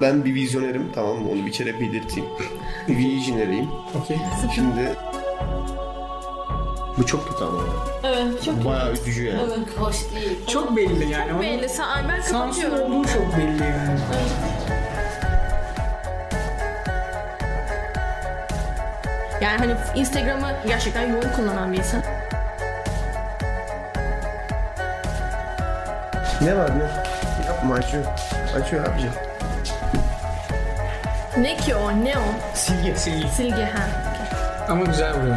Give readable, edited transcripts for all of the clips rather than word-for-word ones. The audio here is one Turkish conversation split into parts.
Ben bir vizyonerim, tamam mı? Onu bir kere belirteyim. Vizyoneriyim. Okey. Şimdi bu çok kötü ama. Evet, çok bayağı üzücü yani. Evet, hoş değil. Çok belli yani. Çok belli. Ben Sansür kapatıyorum. olduğu çok belli yani. Yani hani Instagram'ı gerçekten yoğun kullanan bir insan. Ne var ne? Yapma, açıyor. Açıyor abicim. Ne ki o? Ne o? Silgi. Silgi ha. Ama güzel vuruyor.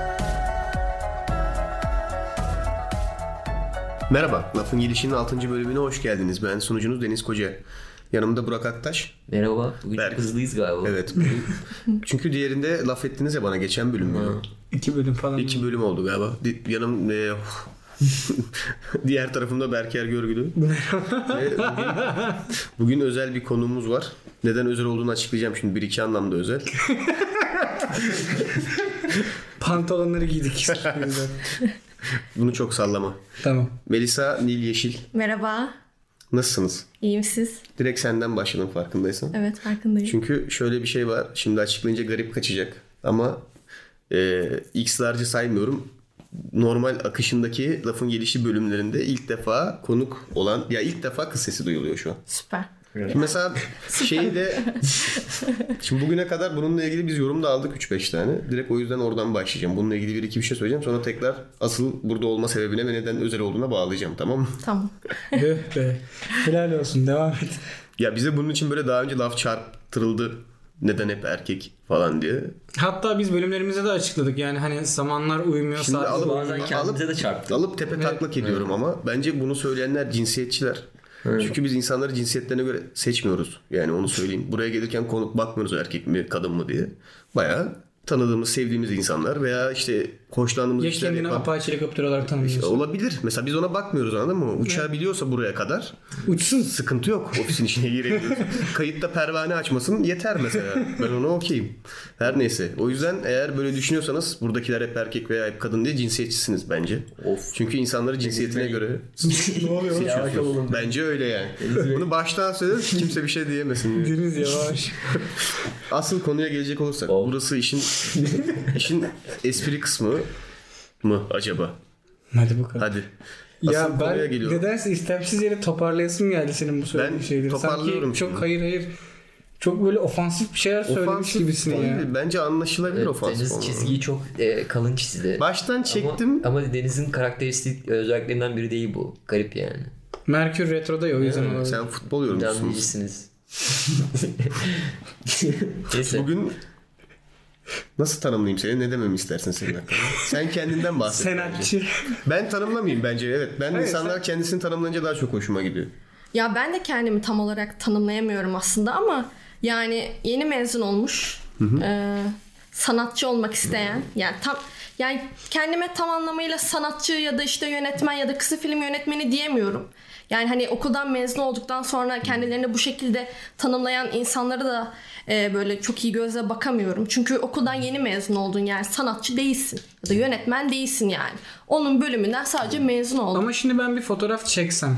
Merhaba, Lafın Gelişi'nin 6. bölümüne hoş geldiniz. Ben sunucunuz Deniz Koca. Yanımda Burak Aktaş. Merhaba, bugün Berk. hızlıyız galiba. Evet. Çünkü diğerinde laf ettiniz ya bana geçen bölümde. 2 bölüm falan. 2 bölüm oldu galiba. Yanım diğer tarafımda Berker Görgülü. Bugün özel bir konuğumuz var. Neden özel olduğunu açıklayacağım şimdi. Bir iki anlamda özel. Pantolonları giydik. Bunu çok sallama. Tamam. Melisa Nil Yeşil. Merhaba. Nasılsınız? İyiyim siz? Direkt senden başladım farkındaysan. Evet, farkındayım. Çünkü şöyle bir şey var. Şimdi açıklayınca garip kaçacak. Ama X'larcı saymıyorum. Normal akışındaki Lafın Gelişi bölümlerinde ilk defa konuk olan, ya ilk defa kız sesi duyuluyor şu an. Süper. Şimdi mesela şimdi bugüne kadar bununla ilgili biz yorum da aldık 3-5 tane. Direkt o yüzden oradan başlayacağım. Bununla ilgili bir iki bir şey söyleyeceğim. Sonra tekrar asıl burada olma sebebine ve neden özel olduğuna bağlayacağım, tamam mı? Tamam. Be. Helal olsun, devam et. Ya bize bunun için böyle daha önce laf çarptırıldı. Neden hep erkek falan diye. Hatta biz bölümlerimizde de açıkladık yani hani zamanlar uymuyor. Şimdi saatler bazen uymuyor. kendimize de çarptık. Alıp tepe taklak ediyorum ama bence bunu söyleyenler cinsiyetçiler. Çünkü biz insanları cinsiyetlerine göre seçmiyoruz. Yani onu söyleyeyim. Buraya gelirken konuk bakmıyoruz erkek mi kadın mı diye. Bayağı tanıdığımız, sevdiğimiz insanlar veya işte hoşlandığımız Ya işler kendini yapan. Apache helikopter olarak tanımlıyorsun. İşte olabilir. Mesela biz ona bakmıyoruz, anladın mı? Uçabiliyorsa buraya kadar Uçsun. sıkıntı yok. Ofisin içine girebiliyoruz. Kayıtta pervane açmasın yeter mesela. Ben ona okeyim. Her neyse. O yüzden eğer böyle düşünüyorsanız buradakiler hep erkek veya hep kadın diye cinsiyetçisiniz bence. Of. Çünkü insanları cinsiyetine göre Ne oluyor? seçiyorsunuz. Bence öyle yani. Bunu baştan söyleriz, kimse bir şey diyemesin diye. Deniz yavaş. Asıl konuya gelecek olursak, Oh. burası işin espri kısmı mı acaba? Hadi bakalım. Hadi. Asıl Ya konuya ben geliyorum. nedense istemsiz yere toparlayasım geldi senin bu söylediğin Ben şeyleri. toparlıyorum Sanki çok şimdi. hayır. Çok böyle ofansif bir şeyler söylemiş Ofansif gibisin ya. değil. Bence anlaşılabilir Evet, ofansif Deniz olmalı. çizgiyi çok kalın çizdi. Baştan çektim. Ama Deniz'in karakteristik özelliklerinden biri değil bu. Garip yani. Merkür Retro'da ya o yüzden olabilir. Sen futbol yorumcusun. Canlıcısınız. Neyse. Bugün nasıl tanımlayayım seni? Ne dememi istersin senin hakkında? Sen kendinden bahset. Senatçı. Ben tanımlamayayım bence. Evet. Ben Hayır, insanlar kendisini tanımlayınca daha çok hoşuma gidiyor. Ya ben de kendimi tam olarak tanımlayamıyorum aslında ama yani yeni mezun olmuş, sanatçı olmak isteyen, yani kendime tam anlamıyla sanatçı ya da işte yönetmen ya da kısa film yönetmeni diyemiyorum. Yani hani okuldan mezun olduktan sonra kendilerini bu şekilde tanımlayan insanlara da böyle çok iyi gözle bakamıyorum. Çünkü okuldan yeni mezun oldun, yani sanatçı değilsin ya da yönetmen değilsin yani. Onun bölümünden sadece mezun oldun. Ama şimdi ben bir fotoğraf çeksem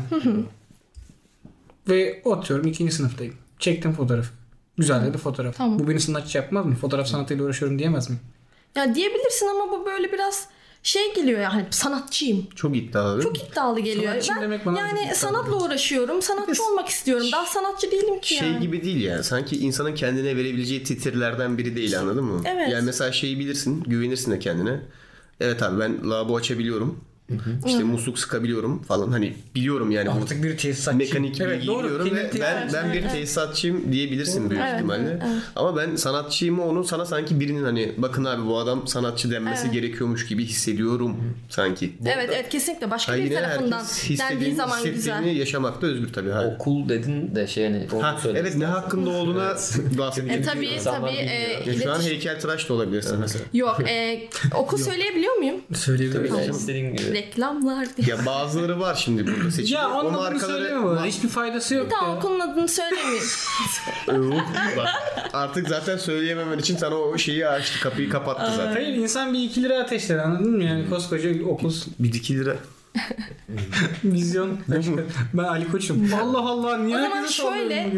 ve atıyorum 2. sınıftayım. Çektim fotoğrafı. Güzel de fotoğraf. Tamam. Bu beni sanatçı yapmaz mı? Fotoğraf sanatıyla uğraşıyorum diyemez mi? Ya diyebilirsin ama bu böyle biraz şey geliyor, yani sanatçıyım. Çok iddialı. Çok iddialı geliyor. Sanatçıyım demek bana çok Yani iddialı sanatla uğraşıyorum. Sanatçı olmak istiyorum. Daha sanatçı değilim ki Şey yani. gibi değil yani. Sanki insanın kendine verebileceği titirlerden biri değil, anladın mı? Evet. Yani mesela şeyi bilirsin, güvenirsin de kendine. Evet abi, ben lavabo açabiliyorum. İşte musluk sıkabiliyorum falan. Hani biliyorum yani. Artık bir tesisatçı. Mekanik Evet, bilgi doğru. biliyorum ve ben bir tesisatçıyım diyebilirsin büyük ihtimalle. Ama ben sanatçıyım, onu sana sanki birinin hani bakın abi bu adam sanatçı denmesi gerekiyormuş gibi hissediyorum sanki. Evet kesinlikle. Başka Hayır, bir yine tarafından herkes dendiği zaman güzel. hissettiğini yaşamakta özgür tabii. Hayır. Okul dedin de şey hani. Evet, ne hakkında olduğuna bahsedeceğim. Tabii. Ya şu an heykeltıraş da olabilirsin mesela. Yok. Okul söyleyebiliyor muyum? Söyleyebilirim. Tabii istediğin gibi. Reklamlar diye. Ya bazıları var şimdi burada seçili. Ya O onun adını markaları söyleme bana. Hiçbir faydası yok Tamam, ya. okulun adını söylemeyeyim. Bak, artık zaten söyleyememen için sana o şeyi açtı, kapıyı kapattı zaten. Hayır, insan bir 2 lira ateşler, anladın mı yani? Koskoca okul. Bir 2 lira. Vizyon. Ben Ali Koç'um. Allah Allah, niye O zaman herkese sallıyorum şöyle, bugün?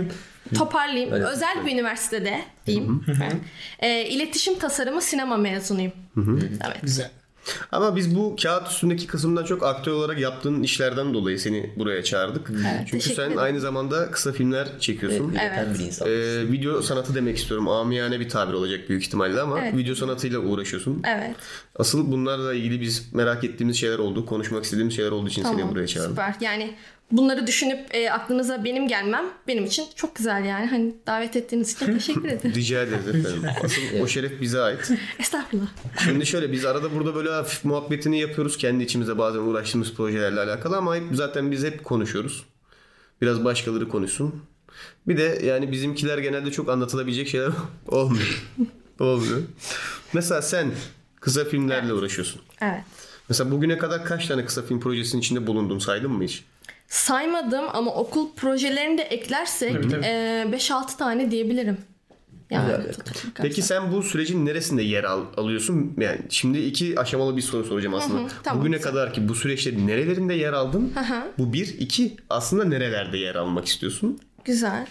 toparlayayım. Evet. Özel bir üniversitede diyeyim. İletişim tasarımı sinema mezunuyum. Evet. Güzel. Ama biz bu kağıt üstündeki kısımdan çok aktör olarak yaptığın işlerden dolayı seni buraya çağırdık. Çünkü teşekkür sen ederim. aynı zamanda kısa filmler çekiyorsun. Üreten bir insan. Video sanatı demek istiyorum. Amiyane bir tabir olacak büyük ihtimalle ama Evet. video sanatıyla uğraşıyorsun. Evet. Asıl bunlarla ilgili biz merak ettiğimiz şeyler oldu. Konuşmak istediğimiz şeyler olduğu için seni buraya çağırdım. Süper. Yani bunları düşünüp aklınıza benim gelmem benim için çok güzel yani. Hani davet ettiğiniz için teşekkür ederim. Rica ederiz efendim. Asıl o şeref bize ait. Estağfurullah. Şimdi şöyle biz arada burada böyle hafif muhabbetini yapıyoruz. Kendi içimizde bazen uğraştığımız projelerle alakalı ama zaten biz hep konuşuyoruz. Biraz başkaları konuşsun. Bir de yani bizimkiler genelde çok anlatılabilecek şeyler olmuyor. Olmuyor. Mesela sen kısa filmlerle uğraşıyorsun. Evet. Mesela bugüne kadar kaç tane kısa film projesinin içinde bulundun, saydın mı hiç? Saymadım ama okul projelerini de eklersek 5-6 tane diyebilirim. Yani Güzel. Peki sen bu sürecin neresinde yer alıyorsun? Yani şimdi 2 aşamalı bir soru soracağım aslında. tamam. Bugüne kadar ki bu süreçlerin nerelerinde yer aldın? Bu 1, 2 aslında nerelerde yer almak istiyorsun? Güzel.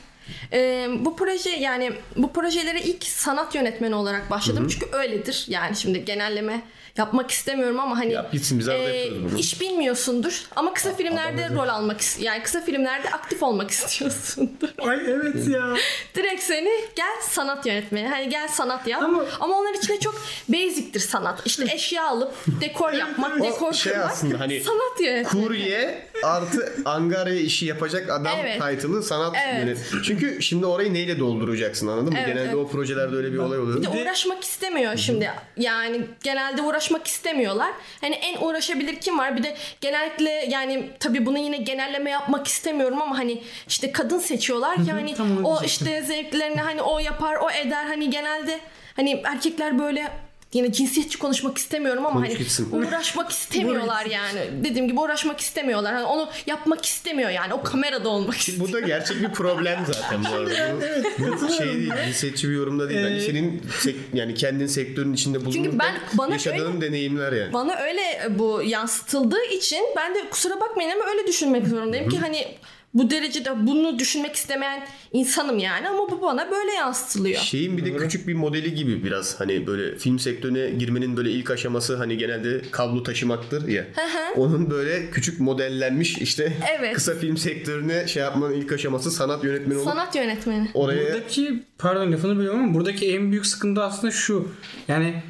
Bu proje yani bu projelere ilk sanat yönetmeni olarak başladım. Çünkü öyledir. Yani şimdi genelleme yapmak istemiyorum ama hani Yap gitsin, biz arada yapıyoruz bunu. iş bilmiyorsundur ama kısa filmlerde rol almak yani kısa filmlerde aktif olmak istiyorsundur. Ay evet ya. Direkt seni gel sanat yönetmeni. Hani gel sanat yap. Ama onlar içinde çok basic'tir sanat. İşte eşya alıp dekor yapmak, dekor şey kırmak. aslında hani sanat yönetmeni. kurye artı angarya işi yapacak adam Evet. title'ı sanat Evet. yönetmeni. Çünkü şimdi orayı neyle dolduracaksın, anladın mı? Evet, Genelde evet. o projelerde öyle bir olay oluyor. Bir de uğraşmak istemiyor şimdi. Yani genelde uğraşmak istemiyorlar. Hani en uğraşabilir kim var? Bir de genellikle yani tabii bunu yine genelleme yapmak istemiyorum ama hani işte kadın seçiyorlar. Yani tam onu o diyecektim. işte zevklerini hani o yapar, o eder. Hani genelde hani erkekler böyle yine cinsiyetçi konuşmak istemiyorum ama Konuş hani gitsin. uğraşmak istemiyorlar yani. Dediğim gibi uğraşmak istemiyorlar. Hani onu yapmak istemiyor yani. O kamerada olmak istiyor. Bu da gerçek bir problem zaten bu arada. Bu şey değil, cinsiyetçi bir yorumda değil. Bence senin yani kendin sektörün içinde bulunurken bana yaşadığın deneyimler yani. Bana öyle bu yansıtıldığı için ben de kusura bakmayın ama öyle düşünmek zorundayım ki hani bu derecede bunu düşünmek istemeyen insanım yani ama bu bana böyle yansıtılıyor. Şeyin bir de küçük bir modeli gibi biraz hani böyle film sektörüne girmenin böyle ilk aşaması hani genelde kablo taşımaktır ya. Onun böyle küçük modellenmiş işte Evet. kısa film sektörüne şey yapmanın ilk aşaması sanat yönetmeni olup Sanat yönetmeni. oraya Buradaki pardon lafını bölüyorum ama buradaki en büyük sıkıntı aslında şu. Yani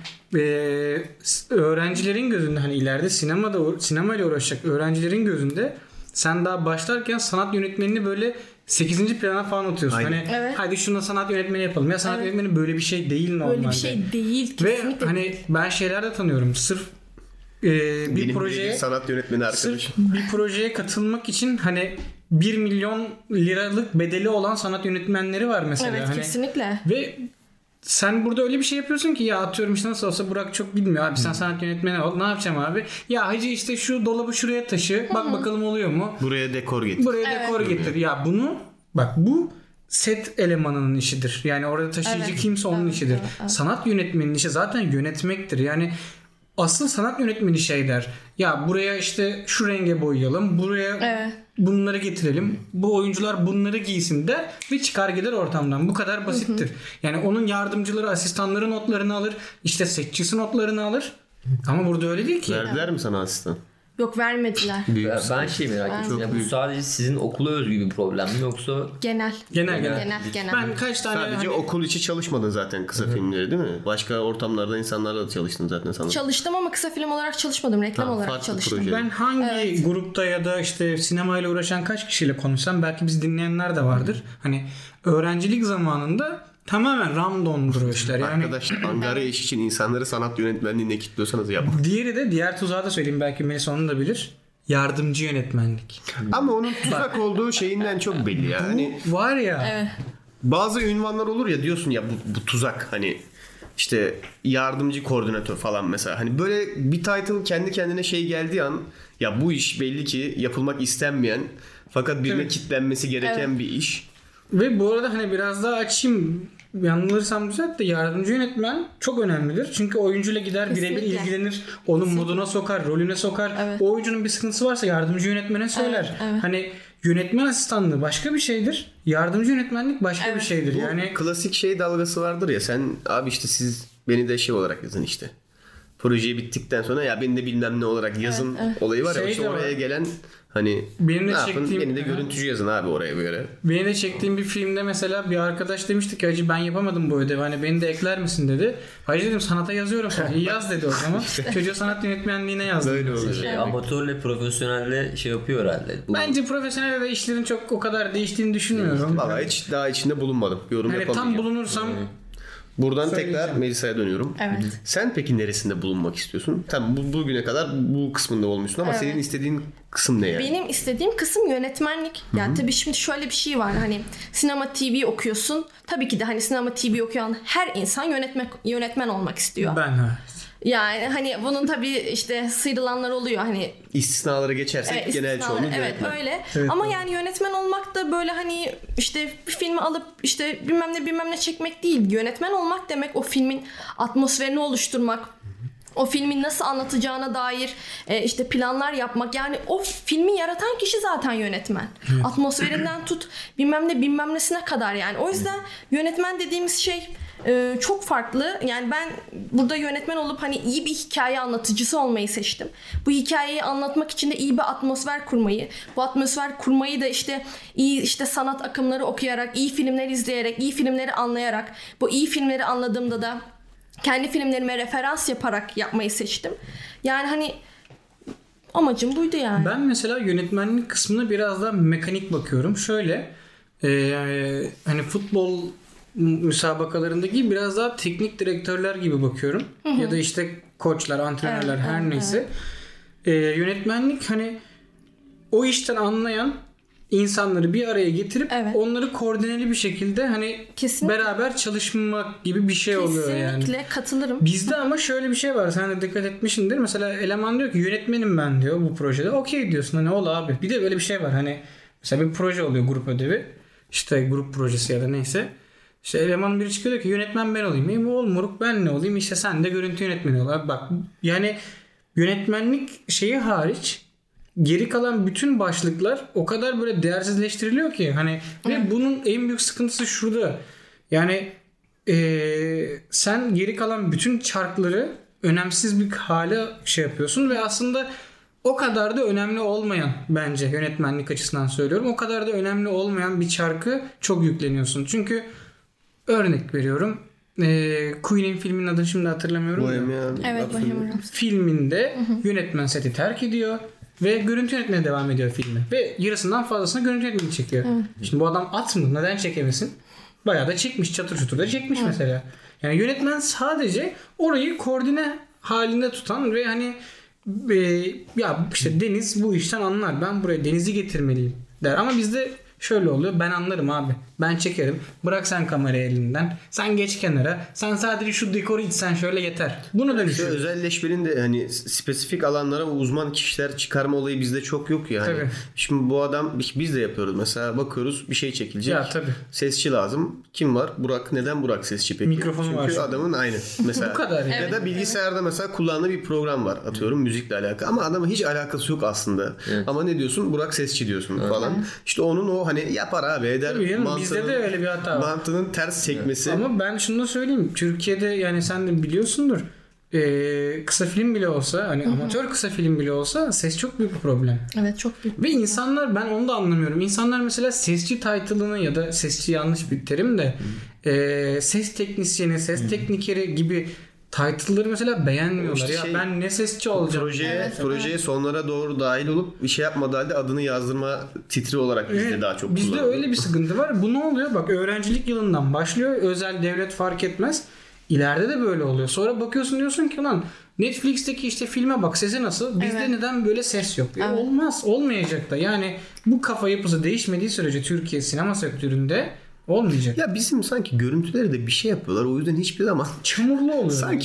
öğrencilerin gözünde hani ileride sinemayla uğraşacak öğrencilerin gözünde sen daha başlarken sanat yönetmenini böyle 8. plana falan atıyorsun. Aynen. Hani Evet. hadi şuna sanat yönetmeni yapalım. Ya sanat yönetmeni böyle bir şey değil normalde. Böyle bir şey değil Ve kesinlikle. hani ben şeyler de tanıyorum. Sırf bir benim projeye bir sanat yönetmeni arkadaşım. sırf bir projeye katılmak için hani 1 milyon liralık bedeli olan sanat yönetmenleri var mesela. Evet Hani kesinlikle. ve sen burada öyle bir şey yapıyorsun ki ya atıyorum işte nasıl olsa Burak çok bilmiyor abi sen sanat yönetmeni ol ne yapacağım abi ya hacı işte şu dolabı şuraya taşı bak bakalım oluyor mu Buraya dekor getir. buraya dekor getir ya bunu bak bu set elemanının işidir yani orada taşıyıcı Evet. kimse onun işidir sanat yönetmeninin işi zaten yönetmektir yani asıl sanat yönetmeni şey der ya buraya işte şu renge boyayalım buraya bunları getirelim bu oyuncular bunları giysin der ve çıkar gider ortamdan bu kadar basittir. Yani onun yardımcıları asistanları notlarını alır işte setçisi notlarını alır ama burada öyle değil ki. Verdiler mi sana asistan? Yok vermediler. Büyük Ben sıkıntı. şey merak ettim. Çok Ya bu büyük. sadece sizin okula özgü bir problem mi yoksa Genel. Genel. Genel. Ben kaç tane Sadece hani, okul içi çalışmadın zaten kısa filmleri değil mi? Başka ortamlarda insanlarla da çalıştın zaten sanırım. Çalıştım ama kısa film olarak çalışmadım. Reklam olarak farklı çalıştım. proje. ben hangi grupta ya da işte sinemayla uğraşan kaç kişiyle konuşsam belki bizi dinleyenler de vardır. Hani öğrencilik zamanında tamamen randondur o işler. Yani Arkadaşlar Angarya iş için insanları sanat yönetmenliğine kilitliyorsanız yapın. diğeri de diğer tuzağı da söyleyeyim belki Melis onu da bilir. Yardımcı yönetmenlik. Ama onun tuzak olduğu şeyinden çok belli ya. Hani Bu var ya. bazı ünvanlar olur ya diyorsun ya bu tuzak hani işte yardımcı koordinatör falan mesela. Hani böyle bir title kendi kendine şey geldiği an ya bu iş belli ki yapılmak istenmeyen fakat birine Evet. kitlenmesi gereken bir iş. Ve bu arada hani biraz daha açayım. yanılırsam düzelt de yardımcı yönetmen çok önemlidir. Çünkü oyuncuyla gider birebir ilgilenir. Onun moduna sokar, rolüne sokar. Evet. O oyuncunun bir sıkıntısı varsa yardımcı yönetmene söyler. Evet. Hani yönetmen asistanlığı başka bir şeydir. Yardımcı yönetmenlik başka bir şeydir. Bu yani klasik şey dalgası vardır ya. Sen abi işte siz beni de şey olarak yazın işte. Projeyi bittikten sonra ya beni de bilmem ne olarak yazın olayı var ya. Şey işte oraya gelen hani benim ne yapın beni de görüntücü yazın abi oraya göre. Benim de çektiğim bir filmde mesela bir arkadaş demişti ki hacı ben yapamadım bu ödevi hani beni de ekler misin dedi. Hacı dedim sanata yazıyorum sana. İyi yaz dedi o zaman. Çocuğa sanat yönetmenliğine yazdı. Öyle olur. Amatörle profesyonelle şey yapıyor herhalde. Bence profesyonel de işlerin çok o kadar değiştiğini düşünmüyorum. Valla hiç daha içinde bulunmadım. Yorum hani yapamayacağım. tam bulunursam buradan tekrar Melisa'ya dönüyorum. Evet. Sen peki neresinde bulunmak istiyorsun? Tamam bugüne kadar bu kısmında olmuşsun ama senin istediğin kısım ne yani? Benim istediğim kısım yönetmenlik. Yani tabii şimdi şöyle bir şey var. Hani sinema TV okuyorsun. Tabii ki de hani sinema TV okuyan her insan yönetmen olmak istiyor. Ben Yani hani bunun tabii işte sıyrılanlar oluyor hani istisnaları geçersek genel çoğunluğu yönetmen. Evet öyle. Evet, ama yani yönetmen olmak da böyle hani işte bir filmi alıp işte bilmem ne çekmek değil. Yönetmen olmak demek o filmin atmosferini oluşturmak. O filmin nasıl anlatacağına dair işte planlar yapmak. Yani o filmi yaratan kişi zaten yönetmen. Atmosferinden tut bilmem nesine kadar yani. O yüzden yönetmen dediğimiz şey çok farklı. Yani ben burada yönetmen olup hani iyi bir hikaye anlatıcısı olmayı seçtim. Bu hikayeyi anlatmak için de iyi bir atmosfer kurmayı, bu atmosfer kurmayı da işte iyi işte sanat akımları okuyarak, iyi filmler izleyerek, iyi filmleri anlayarak, bu iyi filmleri anladığımda da kendi filmlerime referans yaparak yapmayı seçtim. Yani hani amacım buydu yani. Ben mesela yönetmenlik kısmına biraz daha mekanik bakıyorum. Şöyle hani futbol müsabakalarındaki biraz daha teknik direktörler gibi bakıyorum. Ya da işte koçlar, antrenörler her neyse. Yönetmenlik hani o işten anlayan insanları bir araya getirip onları koordineli bir şekilde hani beraber çalışmak gibi bir şey oluyor yani. Kesinlikle katılırım. Bizde ama şöyle bir şey var. Sen de dikkat etmişsindir. Mesela eleman diyor ki yönetmenim ben diyor bu projede. Okey diyorsun hani ol abi. Bir de böyle bir şey var. Hani mesela bir proje oluyor grup ödevi. İşte grup projesi ya da neyse. İşte elemanın biri çıkıyor diyor ki yönetmen ben olayım. Oğlum moruk ben ne olayım? İşte sen de görüntü yönetmeni ol. Bak yani yönetmenlik şeyi hariç geri kalan bütün başlıklar o kadar böyle değersizleştiriliyor ki hani ve bunun en büyük sıkıntısı şurada. Yani sen geri kalan bütün çarkları önemsiz bir hale şey yapıyorsun ve aslında o kadar da önemli olmayan bence yönetmenlik açısından söylüyorum. O kadar da önemli olmayan bir çarkı çok yükleniyorsun. Çünkü örnek veriyorum. Queen'in filminin adını şimdi hatırlamıyorum. Bohemian. Filminde yönetmen seti terk ediyor ve görüntü yönetmeye devam ediyor filmi. Ve yarısından fazlasını görüntü yönetmeni çekiyor. Şimdi bu adam at mı? Neden çekemesin? Bayağı da çekmiş. Çatır çutur da çekmiş mesela. Yani yönetmen sadece orayı koordine halinde tutan ve hani ya işte Deniz bu işten anlar. Ben buraya Deniz'i getirmeliyim der. Ama bizde şöyle oluyor. Ben anlarım abi. Ben çekerim. Bırak sen kamerayı elinden. Sen geç kenara. Sen sadece şu dekoru içsen şöyle yeter. Bunu dönüşüyor. Özelleşmenin de hani spesifik alanlara uzman kişiler çıkarma olayı bizde çok yok yani. Tabii. Şimdi bu adam biz de yapıyoruz. Mesela bakıyoruz bir şey çekilecek. Ya, tabii. Sesçi lazım. Kim var? Burak. Neden Burak sesçi peki? Mikrofonu var. Çünkü adamın aynı. Mesela. Bu kadar yani. Ya da bilgisayarda mesela kullandığı bir program var. Atıyorum müzikle alakalı. Ama adamın hiç alakası yok aslında. Evet. Ama ne diyorsun? Burak sesçi diyorsun falan. İşte onun o hani yapar abi eder. Bizde de öyle bir hata var. Mantığının ters çekmesi. Ama ben şunu da söyleyeyim. Türkiye'de yani sen de biliyorsundur. Kısa film bile olsa hani amatör kısa film bile olsa ses çok büyük bir problem. Evet çok büyük. Ve insanlar ben onu da anlamıyorum. İnsanlar mesela sesçi title'ını ya da sesçi yanlış bir terim de ses teknisyeni, ses teknikeri gibi title'ları mesela beğenmiyorlar. İşte ben ne sesçi olacağım. Projeye sonlara doğru dahil olup bir şey yapmadığı halde adını yazdırma titri olarak bizde daha çok kullanılıyor. Bizde öyle bir sıkıntı var. Bu ne oluyor? Bak öğrencilik yılından başlıyor. Özel devlet fark etmez. İleride de böyle oluyor. Sonra bakıyorsun diyorsun ki lan Netflix'teki işte filme bak sesi nasıl? Bizde neden böyle ses yok? Olmaz. Olmayacak da. Yani bu kafa yapısı değişmediği sürece Türkiye sinema sektöründe olmayacak. Ya bizim sanki görüntüleri de bir şey yapıyorlar. O yüzden hiçbir zaman çamurlu oluyor. Sanki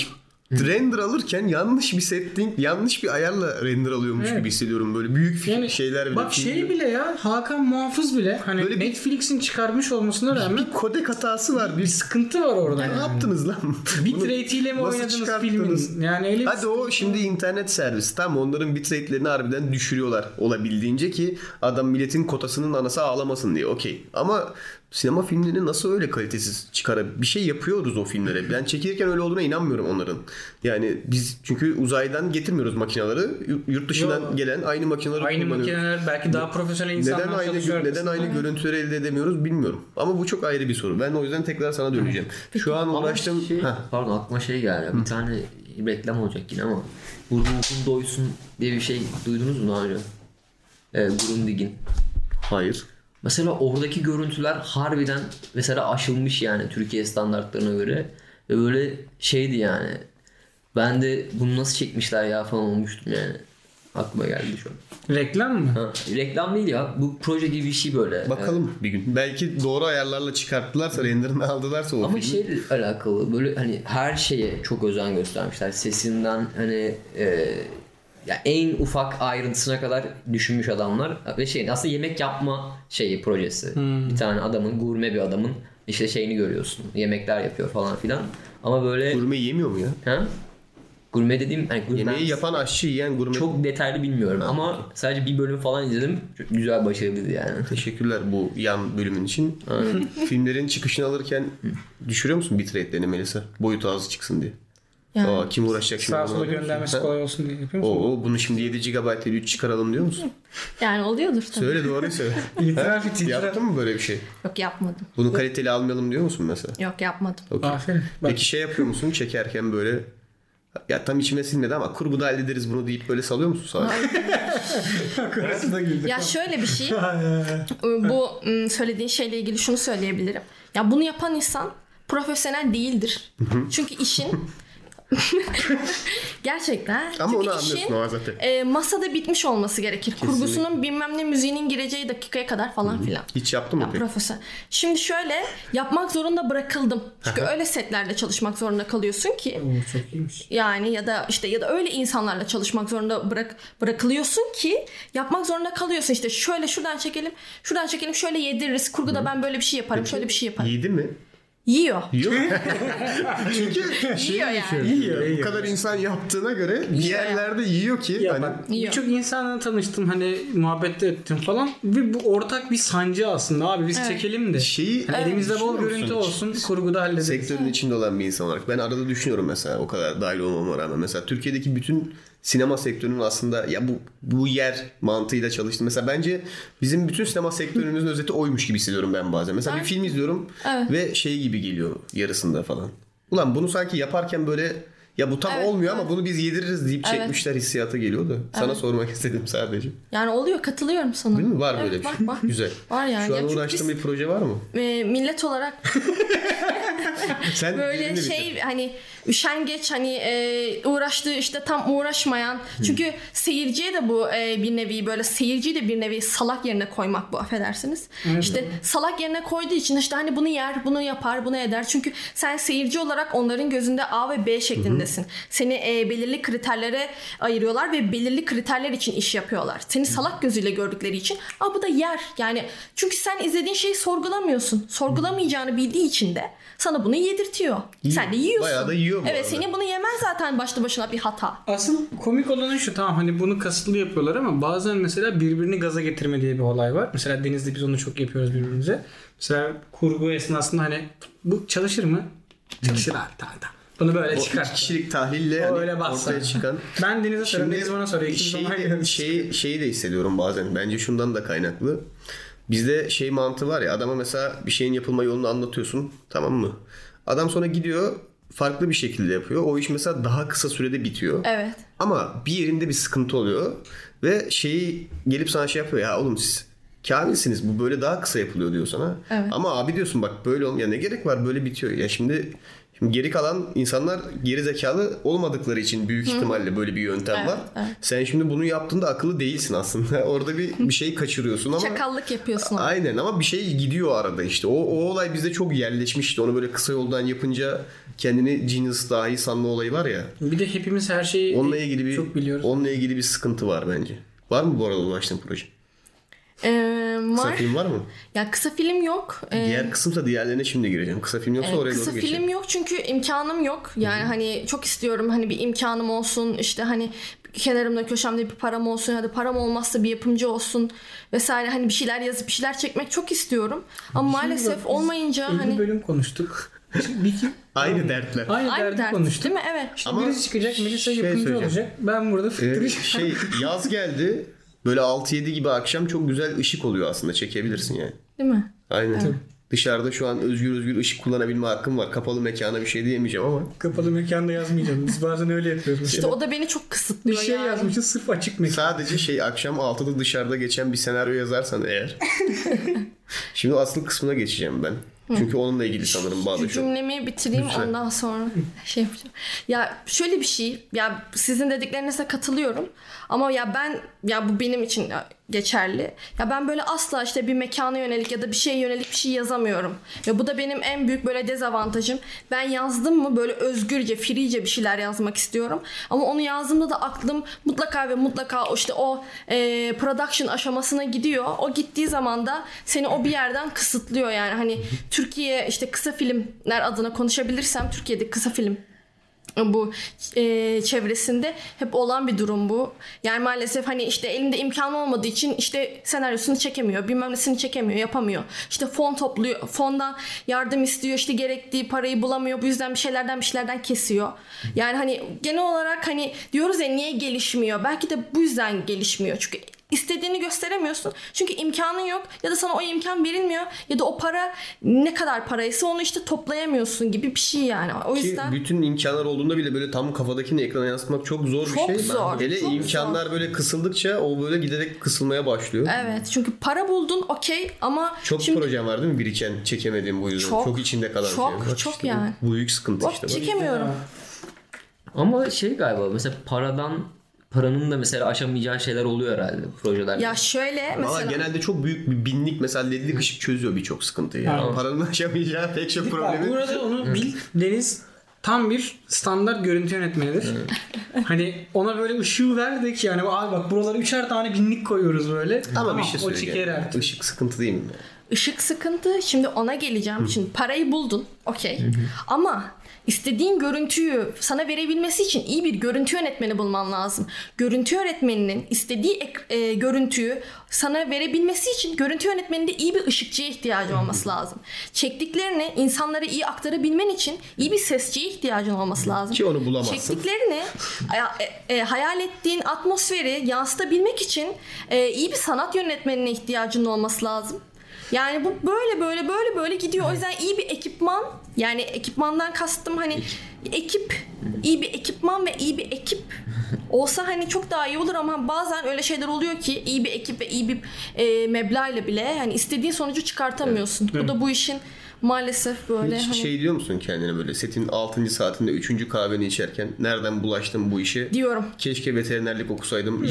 render alırken yanlış bir setting, yanlış bir ayarla render alıyormuş gibi hissediyorum. Böyle büyük yani, şeyler bile. Bak şey bile ya, Hakan Muhafız bile hani böyle Netflix'in çıkarmış olmasına rağmen bir kodek hatası var. Bir sıkıntı var orada. Ne yaptınız lan? Bitrate ile mi oynadınız filmin? Yani öyle hadi o şimdi internet servisi. Tam onların bitrate'lerini harbiden düşürüyorlar olabildiğince ki adam milletin kotasının anası ağlamasın diye. Okey. Ama sinema filmlerini nasıl öyle kalitesiz çıkarıp bir şey yapıyoruz o filmlere. Ben çekilirken öyle olduğuna inanmıyorum onların. Yani biz çünkü uzaydan getirmiyoruz makineleri. Yurt dışından gelen aynı makineleri kullanıyoruz. Aynı makineler belki daha profesyonel insanlar çalışıyor. Neden aynı görüntüleri elde edemiyoruz bilmiyorum. Ama bu çok ayrı bir soru. Ben o yüzden tekrar sana döneceğim. Şu an uğraştığım... Pardon aklıma şey geldi. Bir tane reklam olacak yine ama Burnumuzun Doysun diye bir şey duydunuz mu daha önce? Grundig'in. Hayır. Mesela oradaki görüntüler harbiden mesela aşılmış yani Türkiye standartlarına göre. Ve böyle şeydi yani. Ben de bunu nasıl çekmişler ya falan olmuştum yani. Aklıma geldi şu an. Reklam mı? Ha, reklam değil ya. Bu proje gibi bir şey böyle. Bakalım bir gün. Belki doğru ayarlarla çıkarttılarsa, renderını aldılarsa o ama filmi. şeyle alakalı böyle hani her şeye çok özen göstermişler. Sesinden hani ya en ufak ayrıntısına kadar düşünmüş adamlar ve aslında yemek yapma projesi. Bir tane adamın, gurme bir adamın işte şeyini görüyorsun. Yemekler yapıyor falan filan. Ama böyle gurme yemiyor mu ya? Ha? Gurme dediğim hani yemeği yapan aşçı yiyen gurme. Çok detaylı bilmiyorum ama sadece bir bölüm falan izledim. Çok güzel, başarılıydı yani. Teşekkürler bu yan bölümün için. Filmlerin çıkışını alırken düşürüyor musun bitrate'lerini Melisa? Boyutu az çıksın diye. Yani. Kim uğraşacak şimdi? Sağa sola göndermesi kolay olsun diye yapıyor musun? Bunu şimdi 7 GB ile 3 çıkaralım diyor musun? Yani oluyordur tabii. Söyle, doğruyu söyle. Yaptın mı böyle bir şey? Yok, yapmadım. Bunu kaliteli almayalım diyor musun mesela? Yok, yapmadım. Okay. Peki şey yapıyor musun çekerken böyle ya tam içime sinmedi ama kurguda hallederiz bunu deyip böyle salıyor musun sağa? Ya şöyle bir şey. Bu söylediğin şeyle ilgili şunu söyleyebilirim. Ya bunu yapan insan profesyonel değildir. Çünkü işin gerçekten. Ama çünkü onu anlıyorsun o zaten. Masada bitmiş olması gerekir. Kesinlikle. Kurgusunun bilmem ne müziğinin gireceği dakikaya kadar falan filan. Hiç yaptın mı peki? Profesyonel. Şimdi şöyle yapmak zorunda bırakıldım. Çünkü öyle setlerde çalışmak zorunda kalıyorsun ki. Çok iyiymiş. Yani ya da öyle insanlarla çalışmak zorunda bırakılıyorsun ki yapmak zorunda kalıyorsun. İşte şöyle şuradan çekelim, şöyle yediririz. Kurguda ben böyle bir şey yaparım, şöyle bir şey yaparım. Yedi mi? Yiyor. Çünkü yiyor yani. Yiyor. Bu kadar insan yaptığına göre bir yerlerde yiyor ki. Ya hani birçok insanla tanıştım, hani muhabbet ettim falan ve bu ortak bir sancı aslında abi, biz çekelim de. Elimizde bol görüntü olsun, kurguda hallederiz. Sektörün içinde olan bir insan olarak ben arada düşünüyorum mesela, o kadar dahil olmama rağmen. Mesela Türkiye'deki bütün sinema sektörünün aslında ya bu yer mantığıyla çalıştı. Mesela bence bizim bütün sinema sektörümüzün özeti oymuş gibi hissediyorum ben bazen. Mesela bir film izliyorum ve şey gibi geliyor yarısında falan. Ulan bunu sanki yaparken böyle ya bu tam olmuyor ama bunu biz yediririz deyip çekmişler hissiyatı geliyordu. Sana sormak istedim sadece. Yani oluyor, katılıyorum sana. Değil mi? Var böyle bir şey. Var. Güzel. Var yani. Şu an uğraştığın bir proje var mı? Millet olarak sen böyle hani üşengeç, hani uğraştığı işte tam uğraşmayan. Çünkü seyirciye de bu bir nevi böyle, seyirciyi de bir nevi salak yerine koymak bu, affedersiniz. İşte salak yerine koyduğu için işte hani bunu yer, bunu yapar, bunu eder. Çünkü sen seyirci olarak onların gözünde A ve B şeklindesin. Seni belirli kriterlere ayırıyorlar ve belirli kriterler için iş yapıyorlar. Seni salak gözüyle gördükleri için bu da yer. Yani çünkü sen izlediğin şeyi sorgulamıyorsun. Sorgulamayacağını bildiği için de sana bunu yedirtiyor. Sen de yiyorsun. Bayağı da yiyor bu Evet, arada. senin bunu yemen zaten başlı başına bir hata. Asıl komik olanı şu, tamam hani bunu kasıtlı yapıyorlar ama bazen mesela birbirini gaza getirme diye bir olay var. Mesela Deniz'de biz onu çok yapıyoruz birbirimize. Mesela kurgu esnasında hani bu çalışır mı? Çalışır abi, tamam. Bunu böyle çıkar. 2 kişilik tahlille öyle ortaya çıkan. Ben Deniz'e soruyorum, Deniz bana soruyor. Şeyi de hissediyorum bazen. Bence şundan da kaynaklı. Bizde mantığı var ya, adama mesela bir şeyin yapılma yolunu anlatıyorsun, tamam mı? Adam sonra gidiyor farklı bir şekilde yapıyor. O iş mesela daha kısa sürede bitiyor. Evet. Ama bir yerinde bir sıkıntı oluyor ve gelip sana yapıyor ya, oğlum siz kamilsiniz, bu böyle daha kısa yapılıyor diyor sana. Evet. Ama abi diyorsun bak böyle ya ne gerek var, böyle bitiyor. Ya şimdi Şimdi geri kalan insanlar geri zekalı olmadıkları için büyük ihtimalle böyle bir yöntem var. Evet. Sen şimdi bunu yaptığında akıllı değilsin aslında. Orada bir şey kaçırıyorsun ama. Çakallık yapıyorsun. Aynen ama bir şey gidiyor arada işte. O olay bizde çok yerleşmişti. Onu böyle kısa yoldan yapınca kendini genius dahi sanma olayı var ya. Bir de hepimiz her şeyi çok biliyoruz. Onunla ilgili bir sıkıntı var bence. Var mı bu arada ulaştığın proje? Kısa Var. film var mı? Ya kısa film yok. Diğer kısımsa diğerlerine şimdi gireceğim. Kısa film yoksa oraya Kısa doğru geçelim. film yok çünkü imkanım yok. Yani hani çok istiyorum hani bir imkanım olsun, işte hani kenarımda köşemde bir param olsun, hadi param olmazsa bir yapımcı olsun vesaire, hani bir şeyler yazıp bir şeyler çekmek çok istiyorum. Ama maalesef olmayınca 50 hani bölüm konuştuk. Aynı dertler. Aynı derdi konuştuk. değil mi? Evet. Şimdi birisi çıkacak, Melisa yapımcı olacak. Ben burada fıttıracağım. Yaz geldi. Böyle 6-7 gibi akşam çok güzel ışık oluyor aslında. Çekebilirsin yani. Değil mi? Aynen. Evet. Dışarıda şu an özgür ışık kullanabilme hakkım var. Kapalı mekana bir şey diyemeyeceğim ama. Kapalı mekanda yazmayacağım. Biz bazen öyle yapıyoruz. İşte o da beni çok kısıtlıyor bir şey yani. yazmışız sırf açık mekan. Sadece akşam 6'da dışarıda geçen bir senaryo yazarsan eğer. Şimdi asıl kısmına geçeceğim ben. Çünkü onunla ilgili sanırım bazı cümlemi bitireyim lütfen. Ondan sonra şey yapacağım. Ya şöyle bir şey, ya sizin dediklerinize katılıyorum ama ya bu benim için geçerli. Ya ben böyle asla işte bir mekana yönelik ya da bir şeye yönelik bir şey yazamıyorum. Ve bu da benim en büyük böyle dezavantajım. Ben yazdım mı böyle özgürce, freece bir şeyler yazmak istiyorum. Ama onu yazdığımda da aklım mutlaka ve mutlaka işte o production aşamasına gidiyor. O gittiği zaman da seni o bir yerden kısıtlıyor yani. Hani Türkiye işte kısa filmler adına konuşabilirsem, Türkiye'de kısa film bu çevresinde hep olan bir durum bu. Yani maalesef hani işte elinde imkan olmadığı için işte senaryosunu çekemiyor, bilmem nesini çekemiyor, yapamıyor. İşte fon topluyor, fondan yardım istiyor, işte gerektiği parayı bulamıyor. Bu yüzden bir şeylerden kesiyor. Yani hani genel olarak hani diyoruz ya niye gelişmiyor? Belki de bu yüzden gelişmiyor. Çünkü istediğini gösteremiyorsun. Çünkü imkanın yok ya da sana o imkan verilmiyor ya da o para ne kadar paraysa onu işte toplayamıyorsun gibi bir şey yani. O yüzden ki bütün imkanlar olduğunda bile böyle tam kafadakini ekrana yansıtmak çok zor bir şey. Çok zor. Hele çok imkanlar zor. Böyle kısıldıkça o böyle giderek kısılmaya başlıyor. Evet. Çünkü para buldun okey ama çok şimdi projem var değil mi biriken çekemediğim bu yüzden. Çok içinde kalan şey. Bak çok işte yani. Bu büyük sıkıntı bak, işte. çekemiyorum. Ama galiba mesela paranın da mesela aşamayacağı şeyler oluyor herhalde projelerde. Ya şöyle mesela. Valla genelde çok büyük bir binlik mesela ledlik ışık çözüyor birçok sıkıntıyı. Yani. Paranın aşamayacağı pek çok problemi. Burada onu bil. Deniz tam bir standart görüntü yönetmenidir. Hani ona böyle ışığı verdik yani abi bak buralara 3'er tane binlik koyuyoruz böyle. Ama bir şey o çeker artık. Işık sıkıntı değil mi? Işık sıkıntı. Şimdi ona geleceğim. Şimdi parayı buldun. Okey. Ama istediğin görüntüyü sana verebilmesi için iyi bir görüntü yönetmeni bulman lazım. Görüntü yönetmeninin istediği görüntüyü sana verebilmesi için görüntü yönetmeninde iyi bir ışıkçıya ihtiyacı olması lazım. Çektiklerini insanlara iyi aktarabilmen için iyi bir sesçiye ihtiyacın olması lazım. Ki onu bulamazsın. Çektiklerini hayal ettiğin atmosferi yansıtabilmek için iyi bir sanat yönetmenine ihtiyacın olması lazım. Yani bu böyle gidiyor. O yüzden iyi bir ekipman, yani ekipmandan kastım hani iyi bir ekipman ve iyi bir ekip olsa hani çok daha iyi olur ama bazen öyle şeyler oluyor ki iyi bir ekip ve iyi bir meblağla bile hani istediğin sonucu çıkartamıyorsun. Bu da bu işin maalesef böyle. Hiç şey diyor musun kendine böyle setin 6. saatinde 3. kahveni içerken nereden bulaştım bu işe? Diyorum. Keşke veterinerlik okusaydım.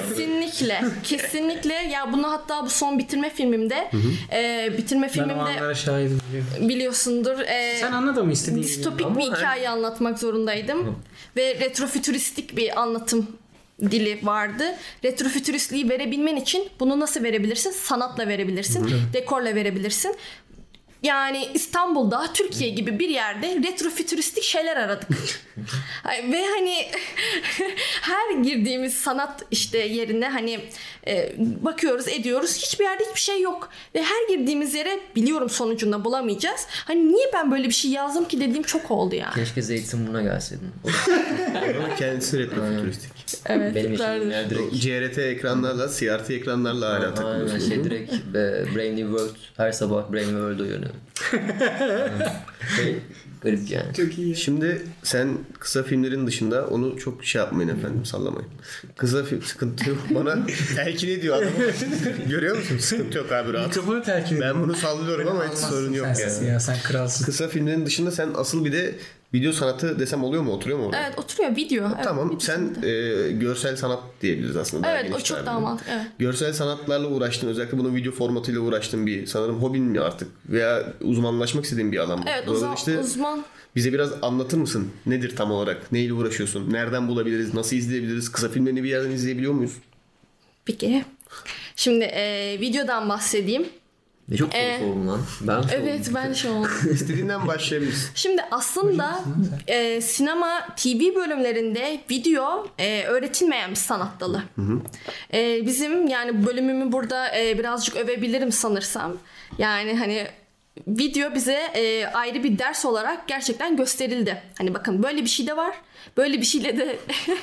Kesinlikle. Ya bunu hatta bu son bitirme filmimde Ben o anlara şahidim. Biliyorsundur. Sen anladın mı istediğin gibi? Distopik bir hikaye anlatmak zorundaydım. Ve retrofütüristik bir anlatım dili vardı. Retrofütüristliği verebilmen için bunu nasıl verebilirsin? Sanatla verebilirsin. Dekorla verebilirsin. Yani İstanbul'da, Türkiye gibi bir yerde retrofütüristik şeyler aradık. Ve hani her girdiğimiz sanat işte yerine hani bakıyoruz, ediyoruz. Hiçbir yerde hiçbir şey yok. Ve her girdiğimiz yere biliyorum sonucunda bulamayacağız. Hani niye ben böyle bir şey yazdım ki dediğim çok oldu yani. Keşke Zeytinburnu'na gelseydin. Ama kendisi retrofütüristik. Evet. Benim için yani direkt. CRT ekranlarla, CRT ekranlarla hala takılıyorsun. Aynen direkt Brave New World. Her sabah Brave New World uyanıyorum. Garip yani. Çok iyi. Şimdi sen kısa filmlerin dışında onu çok şey yapmayın efendim, sallamayın. Kısa film sıkıntı yok. Bana telkin ediyor adam. Görüyor musun? Sıkıntı yok abi, rahat. Mikrofonu telkin ediyor. Ben bunu sallıyorum ama hiç sorun yok yani. Ya sen kralsın. Kısa filmlerin dışında sen asıl bir de video sanatı desem oluyor mu? Oturuyor mu orada? Evet, oturuyor video. Evet, Tamam, video sen görsel sanat diyebiliriz aslında. Evet, o çok daha mantıklı. Evet. Görsel sanatlarla uğraştın, özellikle bunun video formatıyla uğraştın, bir sanırım hobin mi artık veya uzmanlaşmak istediğin bir alan mı? Evet, uzman. Bize biraz anlatır mısın? Nedir tam olarak? Neyle uğraşıyorsun? Nereden bulabiliriz? Nasıl izleyebiliriz? Kısa filmlerini bir yerden izleyebiliyor muyuz? Peki. Şimdi videodan bahsedeyim. Ne çok soru oldum lan. Evet, ben şey oldum. İstediğinden başlayabiliriz. Şimdi aslında sinema TV bölümlerinde video öğretilmeyen bir sanat dalı. Bizim yani bölümümü burada birazcık övebilirim sanırsam. Yani hani video bize ayrı bir ders olarak gerçekten gösterildi. Hani bakın böyle bir şey de var. Böyle bir şeyle de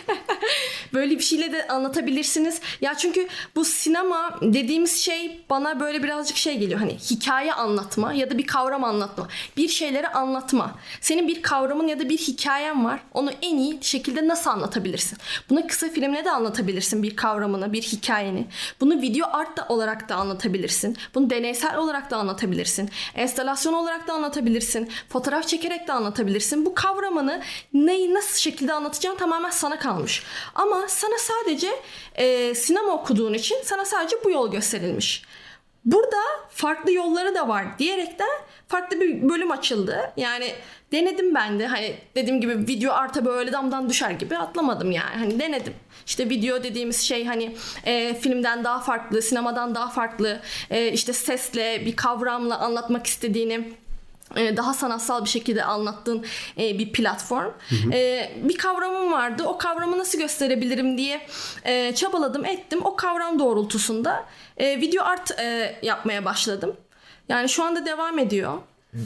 böyle bir şeyle de anlatabilirsiniz. Ya çünkü bu sinema dediğimiz şey bana böyle birazcık şey geliyor. Hani hikaye anlatma ya da bir kavram anlatma. Bir şeyleri anlatma. Senin bir kavramın ya da bir hikayen var. Onu en iyi şekilde nasıl anlatabilirsin? Bunu kısa filmle de anlatabilirsin, bir kavramını, bir hikayeni. Bunu video art da olarak da anlatabilirsin. Bunu deneysel olarak da anlatabilirsin. Enstalasyon olarak da anlatabilirsin. Fotoğraf çekerek de anlatabilirsin. Bu kavramını neyi nasıl şekilde anlatacağın tamamen sana kalmış. Ama sana sadece sinema okuduğun için sana sadece bu yol gösterilmiş. Burada farklı yolları da var diyerekten farklı bir bölüm açıldı. Yani denedim ben de, hani dediğim gibi video arta böyle damdan düşer gibi atlamadım yani. Hani denedim. İşte video dediğimiz şey hani filmden daha farklı, sinemadan daha farklı, işte sesle, bir kavramla anlatmak istediğini daha sanatsal bir şekilde anlattığın bir platform. Bir kavramım vardı. O kavramı nasıl gösterebilirim diye çabaladım, ettim. O kavram doğrultusunda video art yapmaya başladım. Yani şu anda devam ediyor.